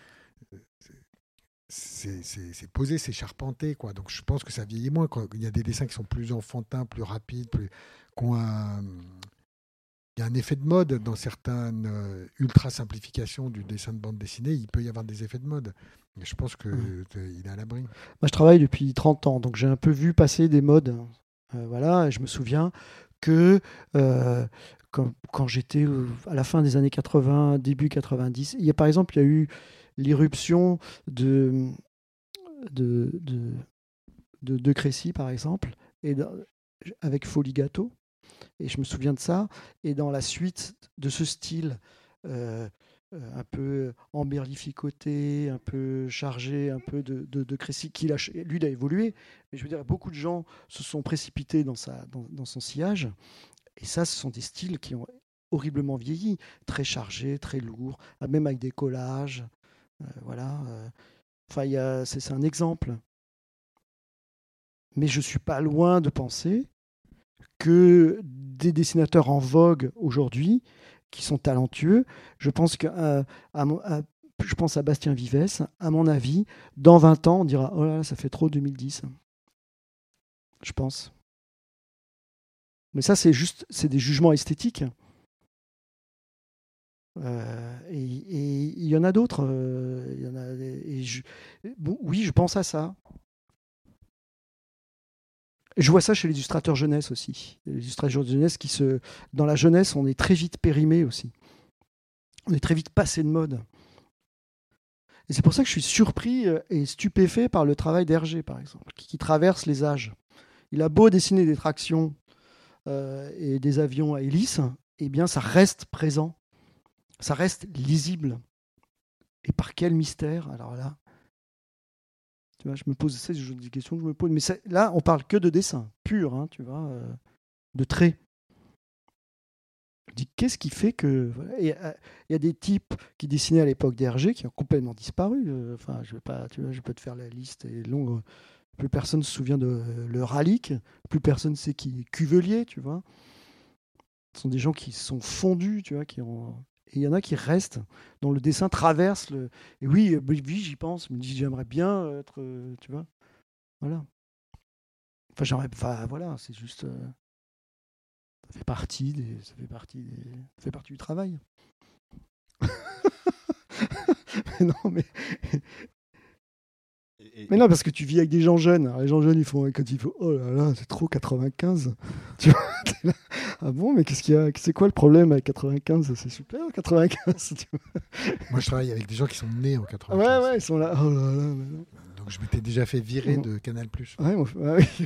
c'est posé, c'est charpenté, quoi. Donc je pense que ça vieillit moins. Il y a des dessins qui sont plus enfantins, plus rapides, qui ont il y a un effet de mode dans certaines ultra simplifications du dessin de bande dessinée. Il peut y avoir des effets de mode. Mais je pense qu'il est à l'abri. Moi, je travaille depuis 30 ans, donc j'ai un peu vu passer des modes. Voilà, et je me souviens que quand j'étais à la fin des années 80, début 90, par exemple, il y a eu l'irruption de Crécy, par exemple, avec Folie Gâteau. Et je me souviens de ça. Et dans la suite de ce style un peu emberlificoté, un peu chargé, un peu de Crécy, lui, il a évolué. Mais je veux dire, beaucoup de gens se sont précipités dans son sillage. Et ça, ce sont des styles qui ont horriblement vieilli, très chargés, très lourds, même avec des collages. Voilà. Enfin, c'est un exemple. Mais je suis pas loin de penser que des dessinateurs en vogue aujourd'hui, qui sont talentueux, je pense à Bastien Vivès, à mon avis, dans 20 ans, on dira « Oh là là, ça fait trop 2010 ». Je pense. Mais ça, c'est des jugements esthétiques. Et il y en a d'autres. Oui, je pense à ça. Je vois ça chez les illustrateurs jeunesse aussi. Les illustrateurs jeunesse dans la jeunesse, on est très vite périmé aussi. On est très vite passé de mode. Et c'est pour ça que je suis surpris et stupéfait par le travail d'Hergé, par exemple, qui traverse les âges. Il a beau dessiner des tractions et des avions à hélice, eh bien, ça reste présent. Ça reste lisible. Et par quel mystère? Alors là, tu vois, je me pose des questions que je me pose. Mais là, on parle que de dessin pur, hein, tu vois, de traits. Je dis, qu'est-ce qui fait que... Il y a des types qui dessinaient à l'époque d'Hergé qui ont complètement disparu. Enfin, je peux te faire la liste, elle est longue. Plus personne ne se souvient de le Ralic. Plus personne ne sait qui est Cuvelier, tu vois. Ce sont des gens qui sont fondus, tu vois, Et il y en a qui restent, dont le dessin traverse le... Et oui, j'y pense. Je me dis, j'aimerais bien être... tu vois. Voilà. Enfin, voilà, c'est juste... ça fait partie du travail. Mais non, parce que tu vis avec des gens jeunes. Alors, les gens jeunes, quand ils font oh là là, c'est trop 95. Tu vois, t'es là, ah bon, mais qu'est-ce qu'il y a? C'est quoi le problème avec 95? C'est super 95. Tu vois. Moi, je travaille avec des gens qui sont nés en 95. Ouais, ils sont là. Oh là là. Mais non. Donc, je m'étais déjà fait virer de Canal+. Ouais, oui.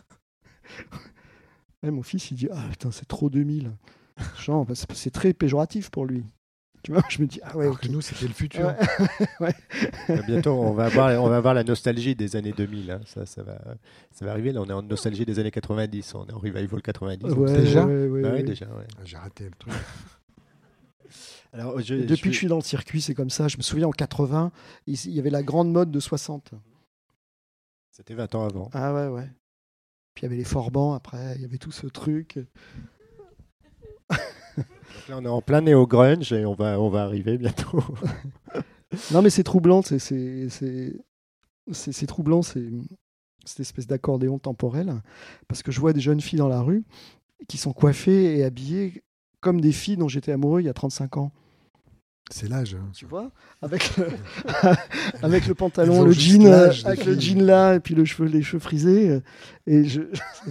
Ouais, mon fils, il dit ah putain, c'est trop 2000. Genre, c'est très péjoratif pour lui. Tu vois, je me dis ah ouais. Alors Okay. que nous, c'était le futur. Ouais. Bientôt, on va avoir la nostalgie des années 2000. Hein. Ça va arriver. Là, on est en nostalgie des années 90. On est en revival 90. Déjà ouais. Déjà, ouais. J'ai raté le truc. Alors, Depuis que je suis dans le circuit, c'est comme ça. Je me souviens en 80, il y avait la grande mode de 60. C'était 20 ans avant. Ah ouais. Puis il y avait les Forbans après, il y avait tout ce truc. Donc là, on est en plein néo-grunge et on va arriver bientôt. Non, mais c'est troublant, c'est troublant, cette espèce d'accordéon temporel, parce que je vois des jeunes filles dans la rue qui sont coiffées et habillées comme des filles dont j'étais amoureux il y a 35 ans. C'est l'âge. Tu vois, avec le pantalon, Elles ont le juste jean, l'âge des avec le filles. jean là, et puis les cheveux frisés, et j'ai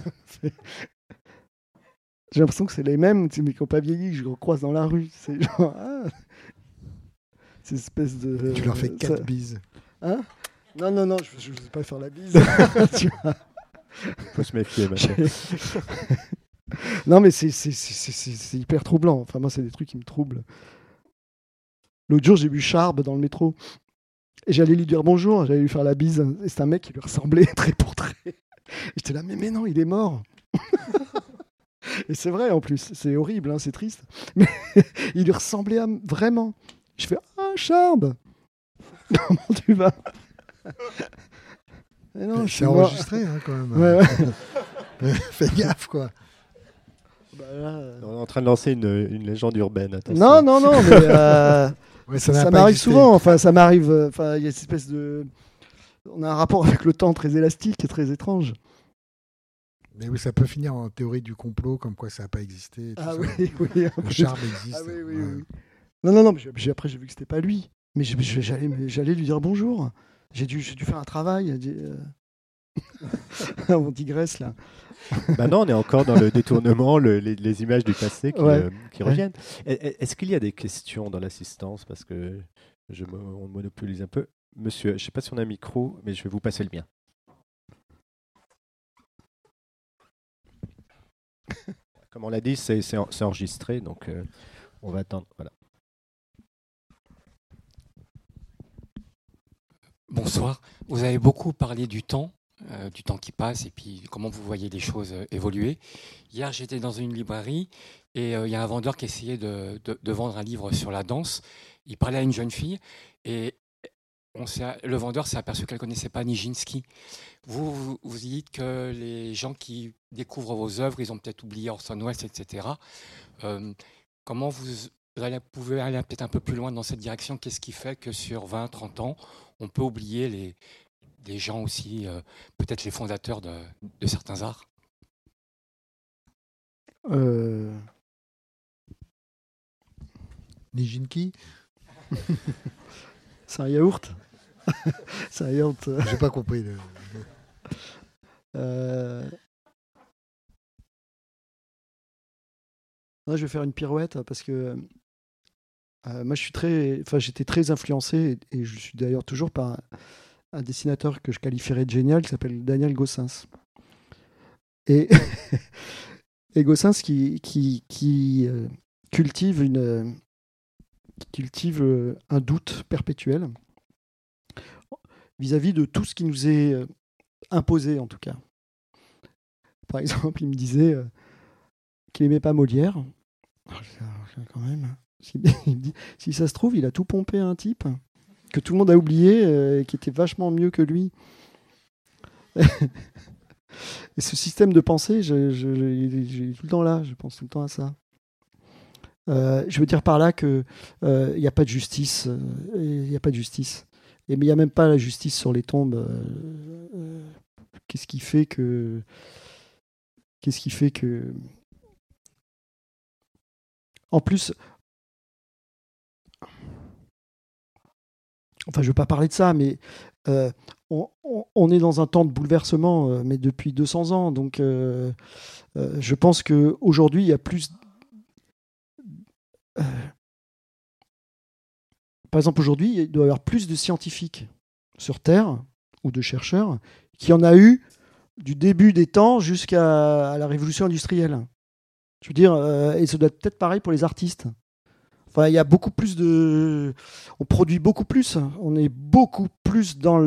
l'impression que c'est les mêmes, mais qui n'ont pas vieilli, que je recroise dans la rue. C'est genre, c'est une espèce de. Tu leur fais 4 bises. Hein? Non, je ne vais pas faire la bise. Tu vois. Faut se méfier maintenant. Non, mais c'est hyper troublant. Enfin, moi, c'est des trucs qui me troublent. L'autre jour, j'ai vu Charb dans le métro. Et j'allais lui dire bonjour, j'allais lui faire la bise. Et c'est un mec qui lui ressemblait trait pour trait. Et j'étais là, mais non, il est mort. Et c'est vrai, en plus. C'est horrible, hein, c'est triste. Mais il lui ressemblait vraiment. Je fais, Charb, comment tu vas? Non, C'est enregistré, hein, quand même. Ouais. Fais gaffe, quoi. Bah là, On est en train de lancer une légende urbaine. Attention. non, mais Ouais, ça n'a pas m'arrive existé. souvent. Enfin, ça m'arrive. Enfin, il y a cette espèce de. On a un rapport avec le temps très élastique et très étrange. Mais oui, ça peut finir en théorie du complot, comme quoi ça n'a pas existé. et tout Ah ça. oui. Le charme existe. Ah oui. Ouais. Non, mais après j'ai vu que c'était pas lui. Mais j'allais lui dire bonjour. J'ai dû faire un travail. On digresse là. Maintenant, on est encore dans le détournement, les images du passé qui reviennent. Est-ce qu'il y a des questions dans l'assistance? Parce que on monopolise un peu. Monsieur, je ne sais pas si on a un micro, mais je vais vous passer le mien. Comme on l'a dit, c'est enregistré, donc on va attendre. Voilà. Bonsoir. Vous avez beaucoup parlé du temps qui passe et puis comment vous voyez les choses évoluer. Hier, j'étais dans une librairie et il y a un vendeur qui essayait de vendre un livre sur la danse. Il parlait à une jeune fille et le vendeur s'est aperçu qu'elle ne connaissait pas Nijinsky. Vous dites que les gens qui découvrent vos œuvres, ils ont peut-être oublié Orson Welles, etc. Comment vous pouvez aller peut-être un peu plus loin dans cette direction? Qu'est-ce qui fait que sur 20, 30 ans, on peut oublier des gens aussi, peut-être les fondateurs de certains arts? Nijinsky. C'est un yaourt. C'est un yaourt. J'ai pas compris. Là, je vais faire une pirouette parce que moi, j'étais très influencé et je suis d'ailleurs toujours par un dessinateur que je qualifierais de génial qui s'appelle Daniel Gossens. Et, et Gossens qui cultive un doute perpétuel vis-à-vis de tout ce qui nous est imposé, en tout cas. Par exemple, il me disait qu'il n'aimait pas Molière. Quand même. Il me dit, si ça se trouve, il a tout pompé à un type que tout le monde a oublié et qui était vachement mieux que lui. Et ce système de pensée, j'ai tout le temps là, je pense tout le temps à ça. Je veux dire par là que il n'y a pas de justice. Il n'y a pas de justice. Mais il n'y a même pas la justice sur les tombes. Qu'est-ce qui fait que en plus, enfin, je ne veux pas parler de ça, mais on est dans un temps de bouleversement, mais depuis 200 ans. Donc, je pense qu'aujourd'hui, il y a plus. Par exemple, aujourd'hui, il doit y avoir plus de scientifiques sur Terre ou de chercheurs qu'il y en a eu du début des temps jusqu'à la révolution industrielle. Je veux dire, et ça doit être peut-être pareil pour les artistes. Enfin, il y a beaucoup plus de. On produit beaucoup plus. On est beaucoup plus dans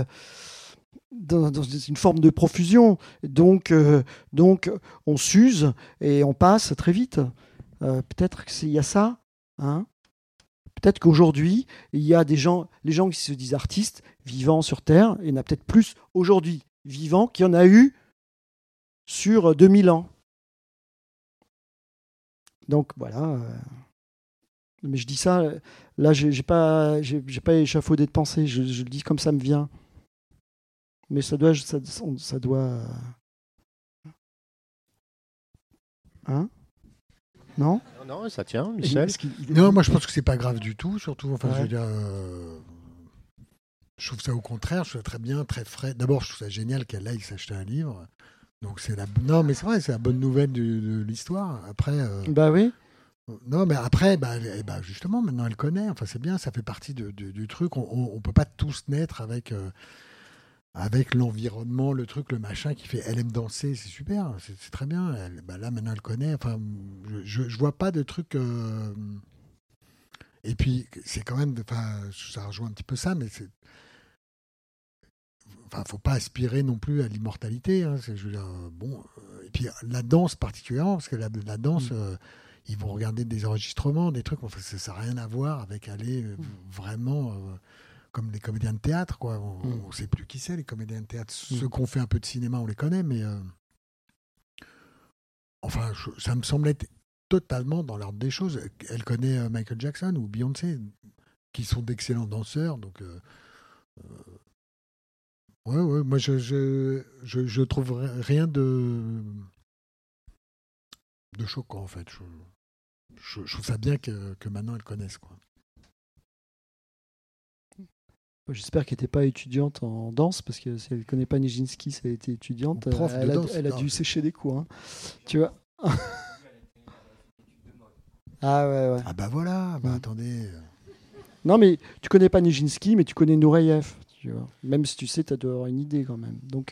une forme de profusion. Donc, on s'use et on passe très vite. Peut-être qu'il y a ça. Hein. Peut-être qu'aujourd'hui, il y a les gens qui se disent artistes, vivants sur Terre, et il y en a peut-être plus aujourd'hui vivants qu'il y en a eu sur 2000 ans. Donc voilà. Mais je dis ça, là, j'ai pas échafaudé de pensée, je le dis comme ça me vient. Mais ça doit. Hein? Non? Non, ça tient, Michel. Non, moi je pense que c'est pas grave du tout, surtout. Enfin, Ouais. je veux dire, je trouve ça au contraire, je trouve ça très bien, très frais. D'abord, je trouve ça génial qu'elle aille s'acheter un livre. Donc non, mais c'est vrai, c'est la bonne nouvelle de l'histoire. Après. Bah oui. Non, mais après, justement, maintenant elle connaît. Enfin, c'est bien, ça fait partie du truc. On peut pas tous naître avec l'environnement, le truc, le machin qui fait. Elle aime danser, c'est super, c'est très bien. Là, maintenant elle connaît. Enfin, je vois pas de truc. Et puis, c'est quand même. Enfin, ça rejoint un petit peu ça, mais c'est. Enfin, faut pas aspirer non plus à l'immortalité. Hein, je veux dire, bon. Et puis la danse particulièrement, parce que la danse. Ils vont regarder des enregistrements, des trucs. Enfin, ça n'a rien à voir avec aller vraiment comme les comédiens de théâtre, quoi. On ne sait plus qui c'est, les comédiens de théâtre. Ceux qui ont fait un peu de cinéma, on les connaît, mais enfin, ça me semble être totalement dans l'ordre des choses. Elle connaît Michael Jackson ou Beyoncé, qui sont d'excellents danseurs. Donc, ouais, moi, je trouve rien de choquant, en fait. Je trouve ça bien que maintenant elles connaissent, quoi. J'espère qu'elle n'était pas étudiante en danse, parce que si elle ne connaît pas Nijinsky, si elle était étudiante, elle a dû sécher des cours. Hein. Tu vois. Ah ouais. Ah bah voilà, attendez. Non, mais tu connais pas Nijinsky, mais tu connais Nureyev. Tu vois. Même si tu sais, tu dois avoir une idée quand même. Donc,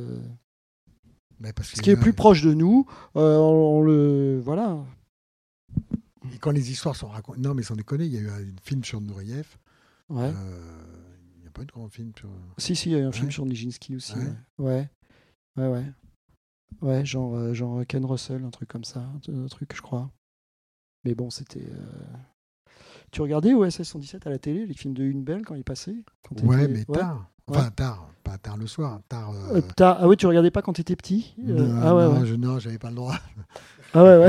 ce qui est plus proche de nous, on le... Voilà. Et quand les histoires sont racontées... Non, mais sans déconner, il y a eu un film sur Nureyev. Ouais. Il n'y a pas eu de grand film sur... Si, il y a eu un film sur Nijinsky aussi. Ouais. Ouais, genre Ken Russell, un truc comme ça. Un truc, je crois. Mais bon, c'était... Tu regardais OSS 117 à la télé, les films de Une Belle, quand ils passaient mais tard. Enfin, tard. Pas tard le soir. Tard... Ah oui, tu regardais pas quand tu étais petit Non, j'avais pas le droit. Ah ouais.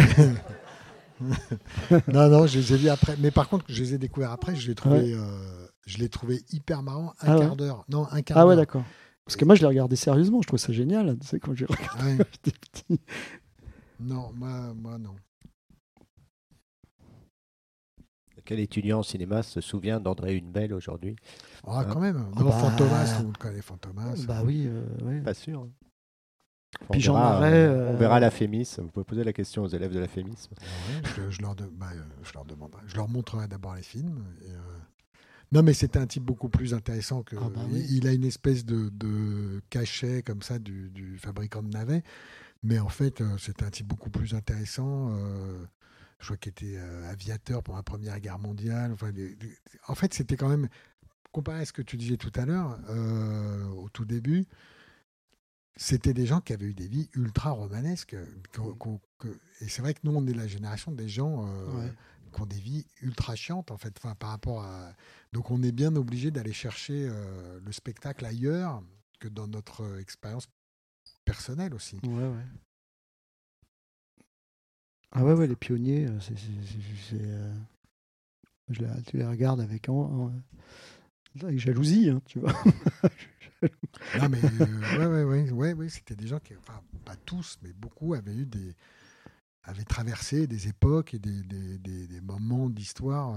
Non, je les ai vus après. Mais par contre, je les ai découverts après. Je l'ai trouvé hyper marrant. Un quart d'heure. Non, un quart d'heure. Ah ouais, d'accord. Parce que moi, je l'ai regardé sérieusement. Je trouve ça génial. Tu sais, quand j'ai regardé quand j'étais petit. Non, moi, non. Quel étudiant en cinéma se souvient d'André Une Belle aujourd'hui? Quand même. Fantomas, tout le monde connaît Fantomas. Bah oui, ouais. Pas sûr. Puis Jean Marais. On verra la Fémis. Vous pouvez poser la question aux élèves de la Fémis. Je leur demanderai. Je leur montrerai d'abord les films. Non, mais c'était un type beaucoup plus intéressant que. Il a une espèce de cachet comme ça du fabricant de navets. Mais en fait, c'était un type beaucoup plus intéressant. Je crois qu'il était aviateur pour la Première Guerre mondiale. Enfin, en fait, c'était quand même, comparé à ce que tu disais tout à l'heure, au tout début, c'était des gens qui avaient eu des vies ultra romanesques. Et c'est vrai que nous, on est la génération des gens qui ont des vies ultra chiantes, en fait. Enfin, par rapport à... Donc, on est bien obligé d'aller chercher le spectacle ailleurs que dans notre expérience personnelle aussi. Ouais. Ah ouais, les pionniers, tu les regardes avec jalousie, hein, tu vois. Non, mais ouais, c'était des gens qui, enfin, pas tous, mais beaucoup avaient traversé des époques et des moments d'histoire,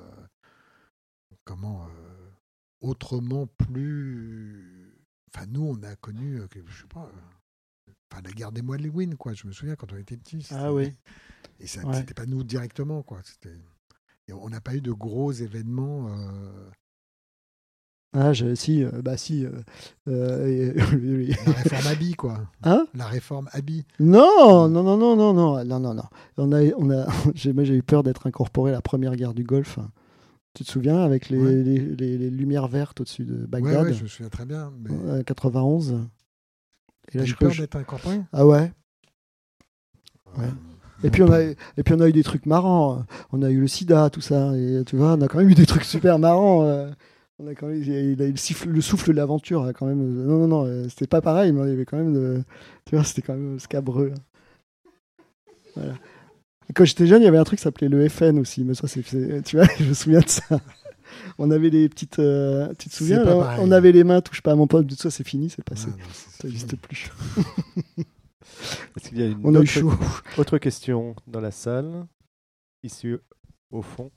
autrement plus. Enfin, nous, on a connu, je sais pas. La guerre des Moellwyn, quoi. Je me souviens quand on était petits. Ah oui. Et ça, c'était pas nous directement, quoi. Et on n'a pas eu de gros événements. Si. La réforme Abi, quoi. Hein? La réforme Abi. Non. J'ai eu peur d'être incorporé à la première guerre du Golfe. Tu te souviens, avec les lumières vertes au-dessus de Bagdad? Ouais, je me souviens très bien. Mais... 91. Et là, j'ai peur d'être incorporé. Ah ouais. Et puis on a eu des trucs marrants. On a eu le sida, tout ça. Et tu vois, on a quand même eu des trucs super marrants. On a quand même, il a eu le souffle de l'aventure quand même. Non, c'était pas pareil, mais il y avait quand même tu vois, c'était quand même scabreux. Voilà. Et quand j'étais jeune, il y avait un truc qui s'appelait le FN aussi, mais ça, tu vois, je me souviens de ça. On avait les petites, tu te souviens, on avait les mains, touche pas à mon pote, tout ça, c'est fini, c'est passé, ça n'existe plus. Est-ce qu'il y a une on a eu chaud. Autre question dans la salle, ici au fond.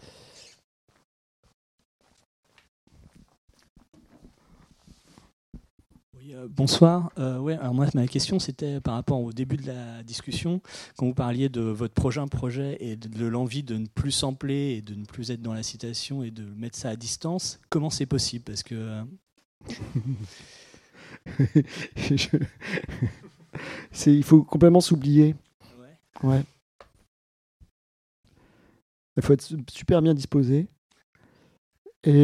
Bonsoir. Alors moi, ma question, c'était par rapport au début de la discussion, quand vous parliez de votre prochain projet et de l'envie de ne plus sampler et de ne plus être dans la citation et de mettre ça à distance. Comment c'est possible? Parce que il faut complètement s'oublier. Ouais. Il faut être super bien disposé et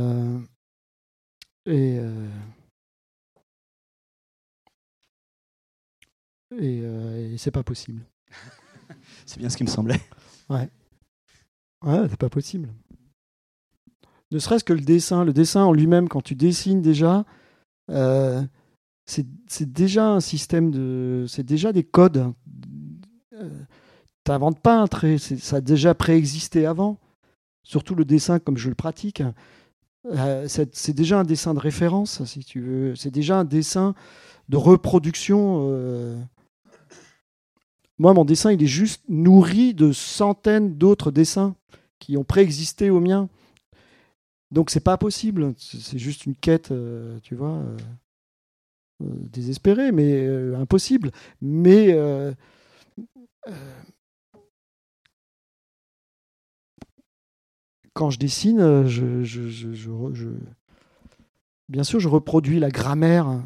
c'est pas possible. C'est bien ce qui me semblait. Ouais, c'est pas possible. Ne serait-ce que le dessin en lui-même, quand tu dessines déjà, c'est déjà un système c'est déjà des codes. T'inventes pas un trait, ça a déjà préexisté avant. Surtout le dessin comme je le pratique. C'est déjà un dessin de référence, si tu veux. C'est déjà un dessin de reproduction. Moi, mon dessin, il est juste nourri de centaines d'autres dessins qui ont préexisté au mien. Donc, c'est pas possible. C'est juste une quête, tu vois, désespérée, mais impossible. Mais quand je dessine, bien sûr, je reproduis la grammaire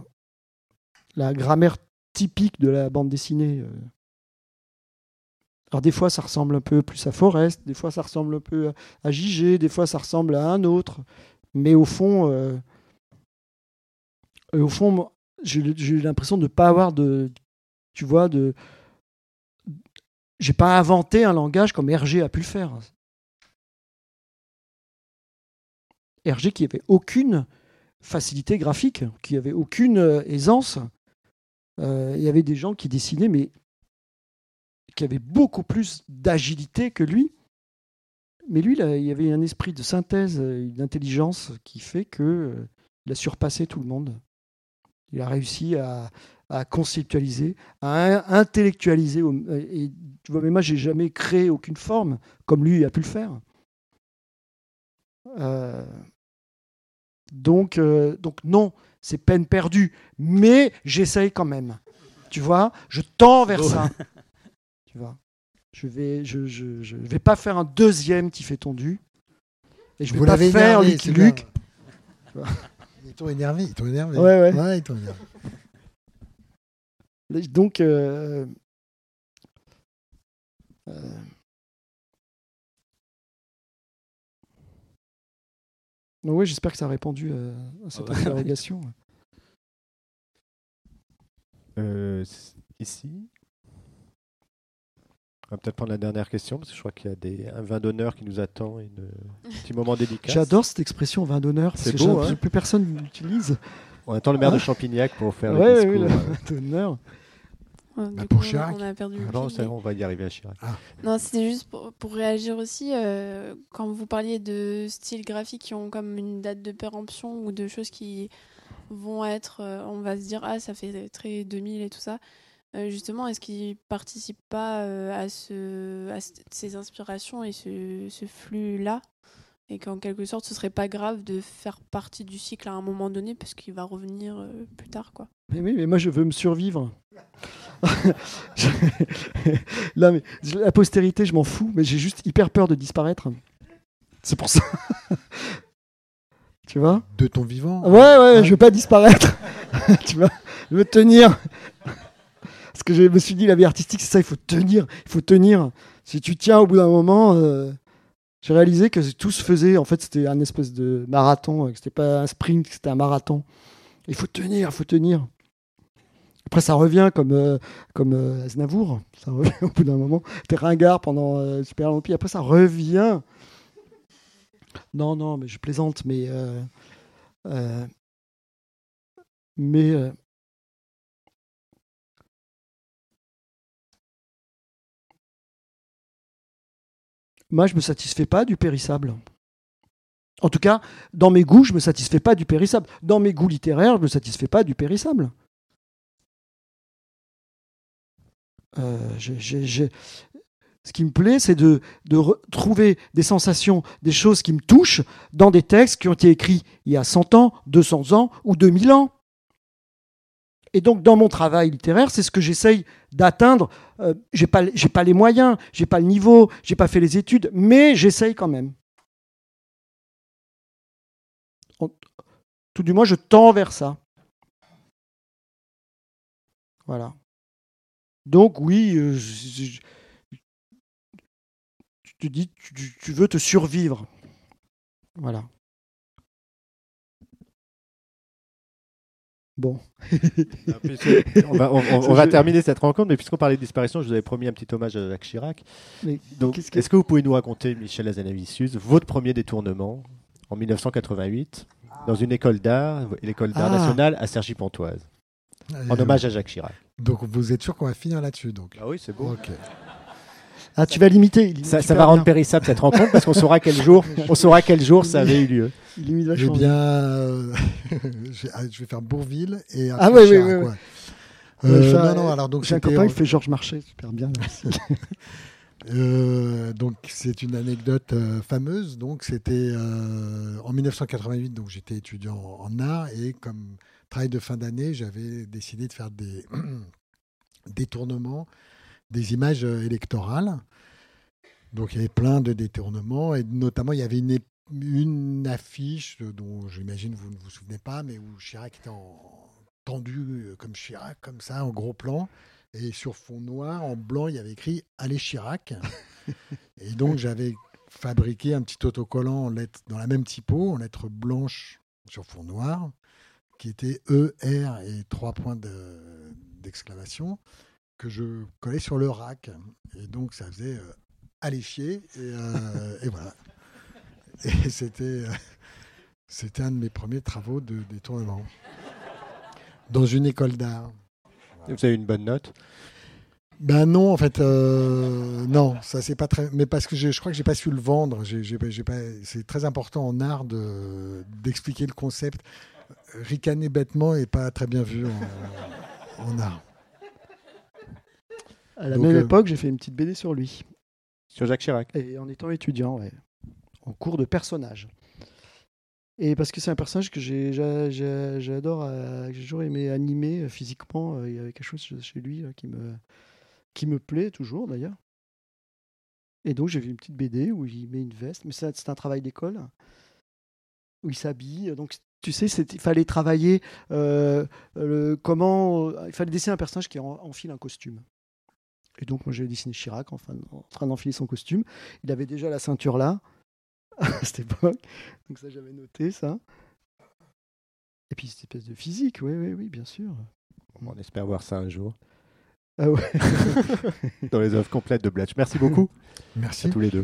typique de la bande dessinée. Alors des fois, ça ressemble un peu plus à Forrest, des fois, ça ressemble un peu à JG, des fois, ça ressemble à un autre. Mais au fond, j'ai l'impression de ne pas avoir tu vois, j'ai pas inventé un langage comme Hergé a pu le faire. Hergé qui n'avait aucune facilité graphique, qui n'avait aucune aisance. Il y avait des gens qui dessinaient, mais qui avaient beaucoup plus d'agilité que lui. Mais lui, il y avait un esprit de synthèse, une intelligence qui fait qu'il a surpassé tout le monde. Il a réussi à conceptualiser, à intellectualiser. Et tu vois, mais moi, j'ai jamais créé aucune forme comme lui a pu le faire. Donc non, c'est peine perdue. Mais j'essaye quand même. Tu vois, je tends vers ça. Tu vois, je vais pas faire un deuxième Tif et Tondu. Et je vais pas faire Lucky Luke. Ils t'ont énervé. Ouais. Ouais, ils t'ont énervé. Donc, oui, j'espère que ça a répondu à cette interrogation. Ici. On va peut-être prendre la dernière question, parce que je crois qu'il y a un vin d'honneur qui nous attend, un petit moment délicat. J'adore cette expression vin d'honneur, parce que beau, plus personne l'utilise. On attend le maire de Champignac pour faire le discours. Oui, le vin d'honneur. Pour Chirac. On a perdu Non, on va y arriver à Chirac. Non, c'était juste pour réagir aussi, quand vous parliez de styles graphiques qui ont comme une date de péremption ou de choses qui vont être, on va se dire, ça fait très 2000 et tout ça. Justement, est-ce qu'ils ne participent pas à ces inspirations et ce flux-là, et qu'en quelque sorte, ce ne serait pas grave de faire partie du cycle à un moment donné, parce qu'il va revenir plus tard, quoi. Mais oui, mais moi, je veux me survivre. Là, mais la postérité, je m'en fous, mais j'ai juste hyper peur de disparaître. C'est pour ça. Tu vois ? De ton vivant. Ouais, je veux pas disparaître. Tu vois ? Je veux tenir. Parce que je me suis dit, la vie artistique, c'est ça, il faut tenir. Si tu tiens au bout d'un moment, j'ai réalisé que tout se faisait, en fait, c'était un espèce de marathon, que c'était pas un sprint, que c'était un marathon. Il faut tenir. Après, ça revient comme Aznavour. Ça revient au bout d'un moment. T'es ringard pendant super longtemps, puis après, ça revient. Non, mais je plaisante, mais moi, je me satisfais pas du périssable. En tout cas, dans mes goûts, je me satisfais pas du périssable. Dans mes goûts littéraires, je me satisfais pas du périssable. Ce qui me plaît, c'est de trouver des sensations, des choses qui me touchent dans des textes qui ont été écrits il y a 100 ans, 200 ans ou 2000 ans. Et donc, dans mon travail littéraire, c'est ce que j'essaye d'atteindre. J'ai pas les moyens, j'ai pas le niveau, j'ai pas fait les études, mais j'essaye quand même. Tout du moins, je tends vers ça. Voilà. Donc, oui, tu te dis, tu veux te survivre. Voilà. Bon. on va terminer cette rencontre, mais puisqu'on parlait de disparition, je vous avais promis un petit hommage à Jacques Chirac. Donc, est-ce que vous pouvez nous raconter, Michel Hazanavicius, votre premier détournement en 1988 dans une école d'art, l'école d'art nationale à Cergy-Pontoise, en hommage à Jacques Chirac? Donc vous êtes sûr qu'on va finir là-dessus donc? Ah oui, c'est beau. Okay. Ah, tu vas l'imiter. Ça va rendre périssable cette rencontre parce qu'on saura quel jour ça avait eu lieu. Il eh bien, je vais faire Bourville et après oui. Non, alors donc j'ai un copain qui fait Georges Marchais, super bien. Donc c'est une anecdote fameuse. Donc c'était en 1988, donc j'étais étudiant en art et comme travail de fin d'année, j'avais décidé de faire des détournements des images électorales. Donc il y avait plein de détournements et notamment il y avait une affiche dont j'imagine vous ne vous souvenez pas, mais où Chirac était tendu comme Chirac, comme ça, en gros plan. Et sur fond noir, en blanc, il y avait écrit « Allez Chirac ». Et donc j'avais fabriqué un petit autocollant en lettres, dans la même typo, en lettres blanches sur fond noir, qui était E, R et 3 points d'exclamation, que je collais sur le rack. Et donc, ça faisait aller chier. Et voilà. Et c'était un de mes premiers travaux de détournement. Dans une école d'art. Vous avez une bonne note? Ben non, en fait, non, ça c'est pas très. Mais parce que je crois que j'ai pas su le vendre. C'est très important en art d'expliquer le concept. Ricaner bêtement est pas très bien vu en art. À la même époque, j'ai fait une petite BD sur lui. Sur Jacques Chirac. Et en étant étudiant, ouais. En cours de personnage. Et parce que c'est un personnage que j'adore, j'ai toujours aimé animer physiquement. Il y avait quelque chose chez lui qui me plaît toujours d'ailleurs. Et donc j'ai vu une petite BD où il met une veste, mais c'est un travail d'école, où il s'habille. Donc tu sais, il fallait travailler il fallait dessiner un personnage qui enfile un costume. Et donc moi j'ai dessiné Chirac en train d'enfiler son costume. Il avait déjà la ceinture là à cette époque, donc ça j'avais noté ça. Et puis cette espèce de physique, oui, bien sûr. On espère voir ça un jour. Ah ouais. Dans les œuvres complètes de Bletch. Merci beaucoup. Merci à tous les deux.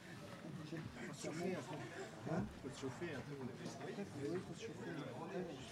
Chauffer un peu.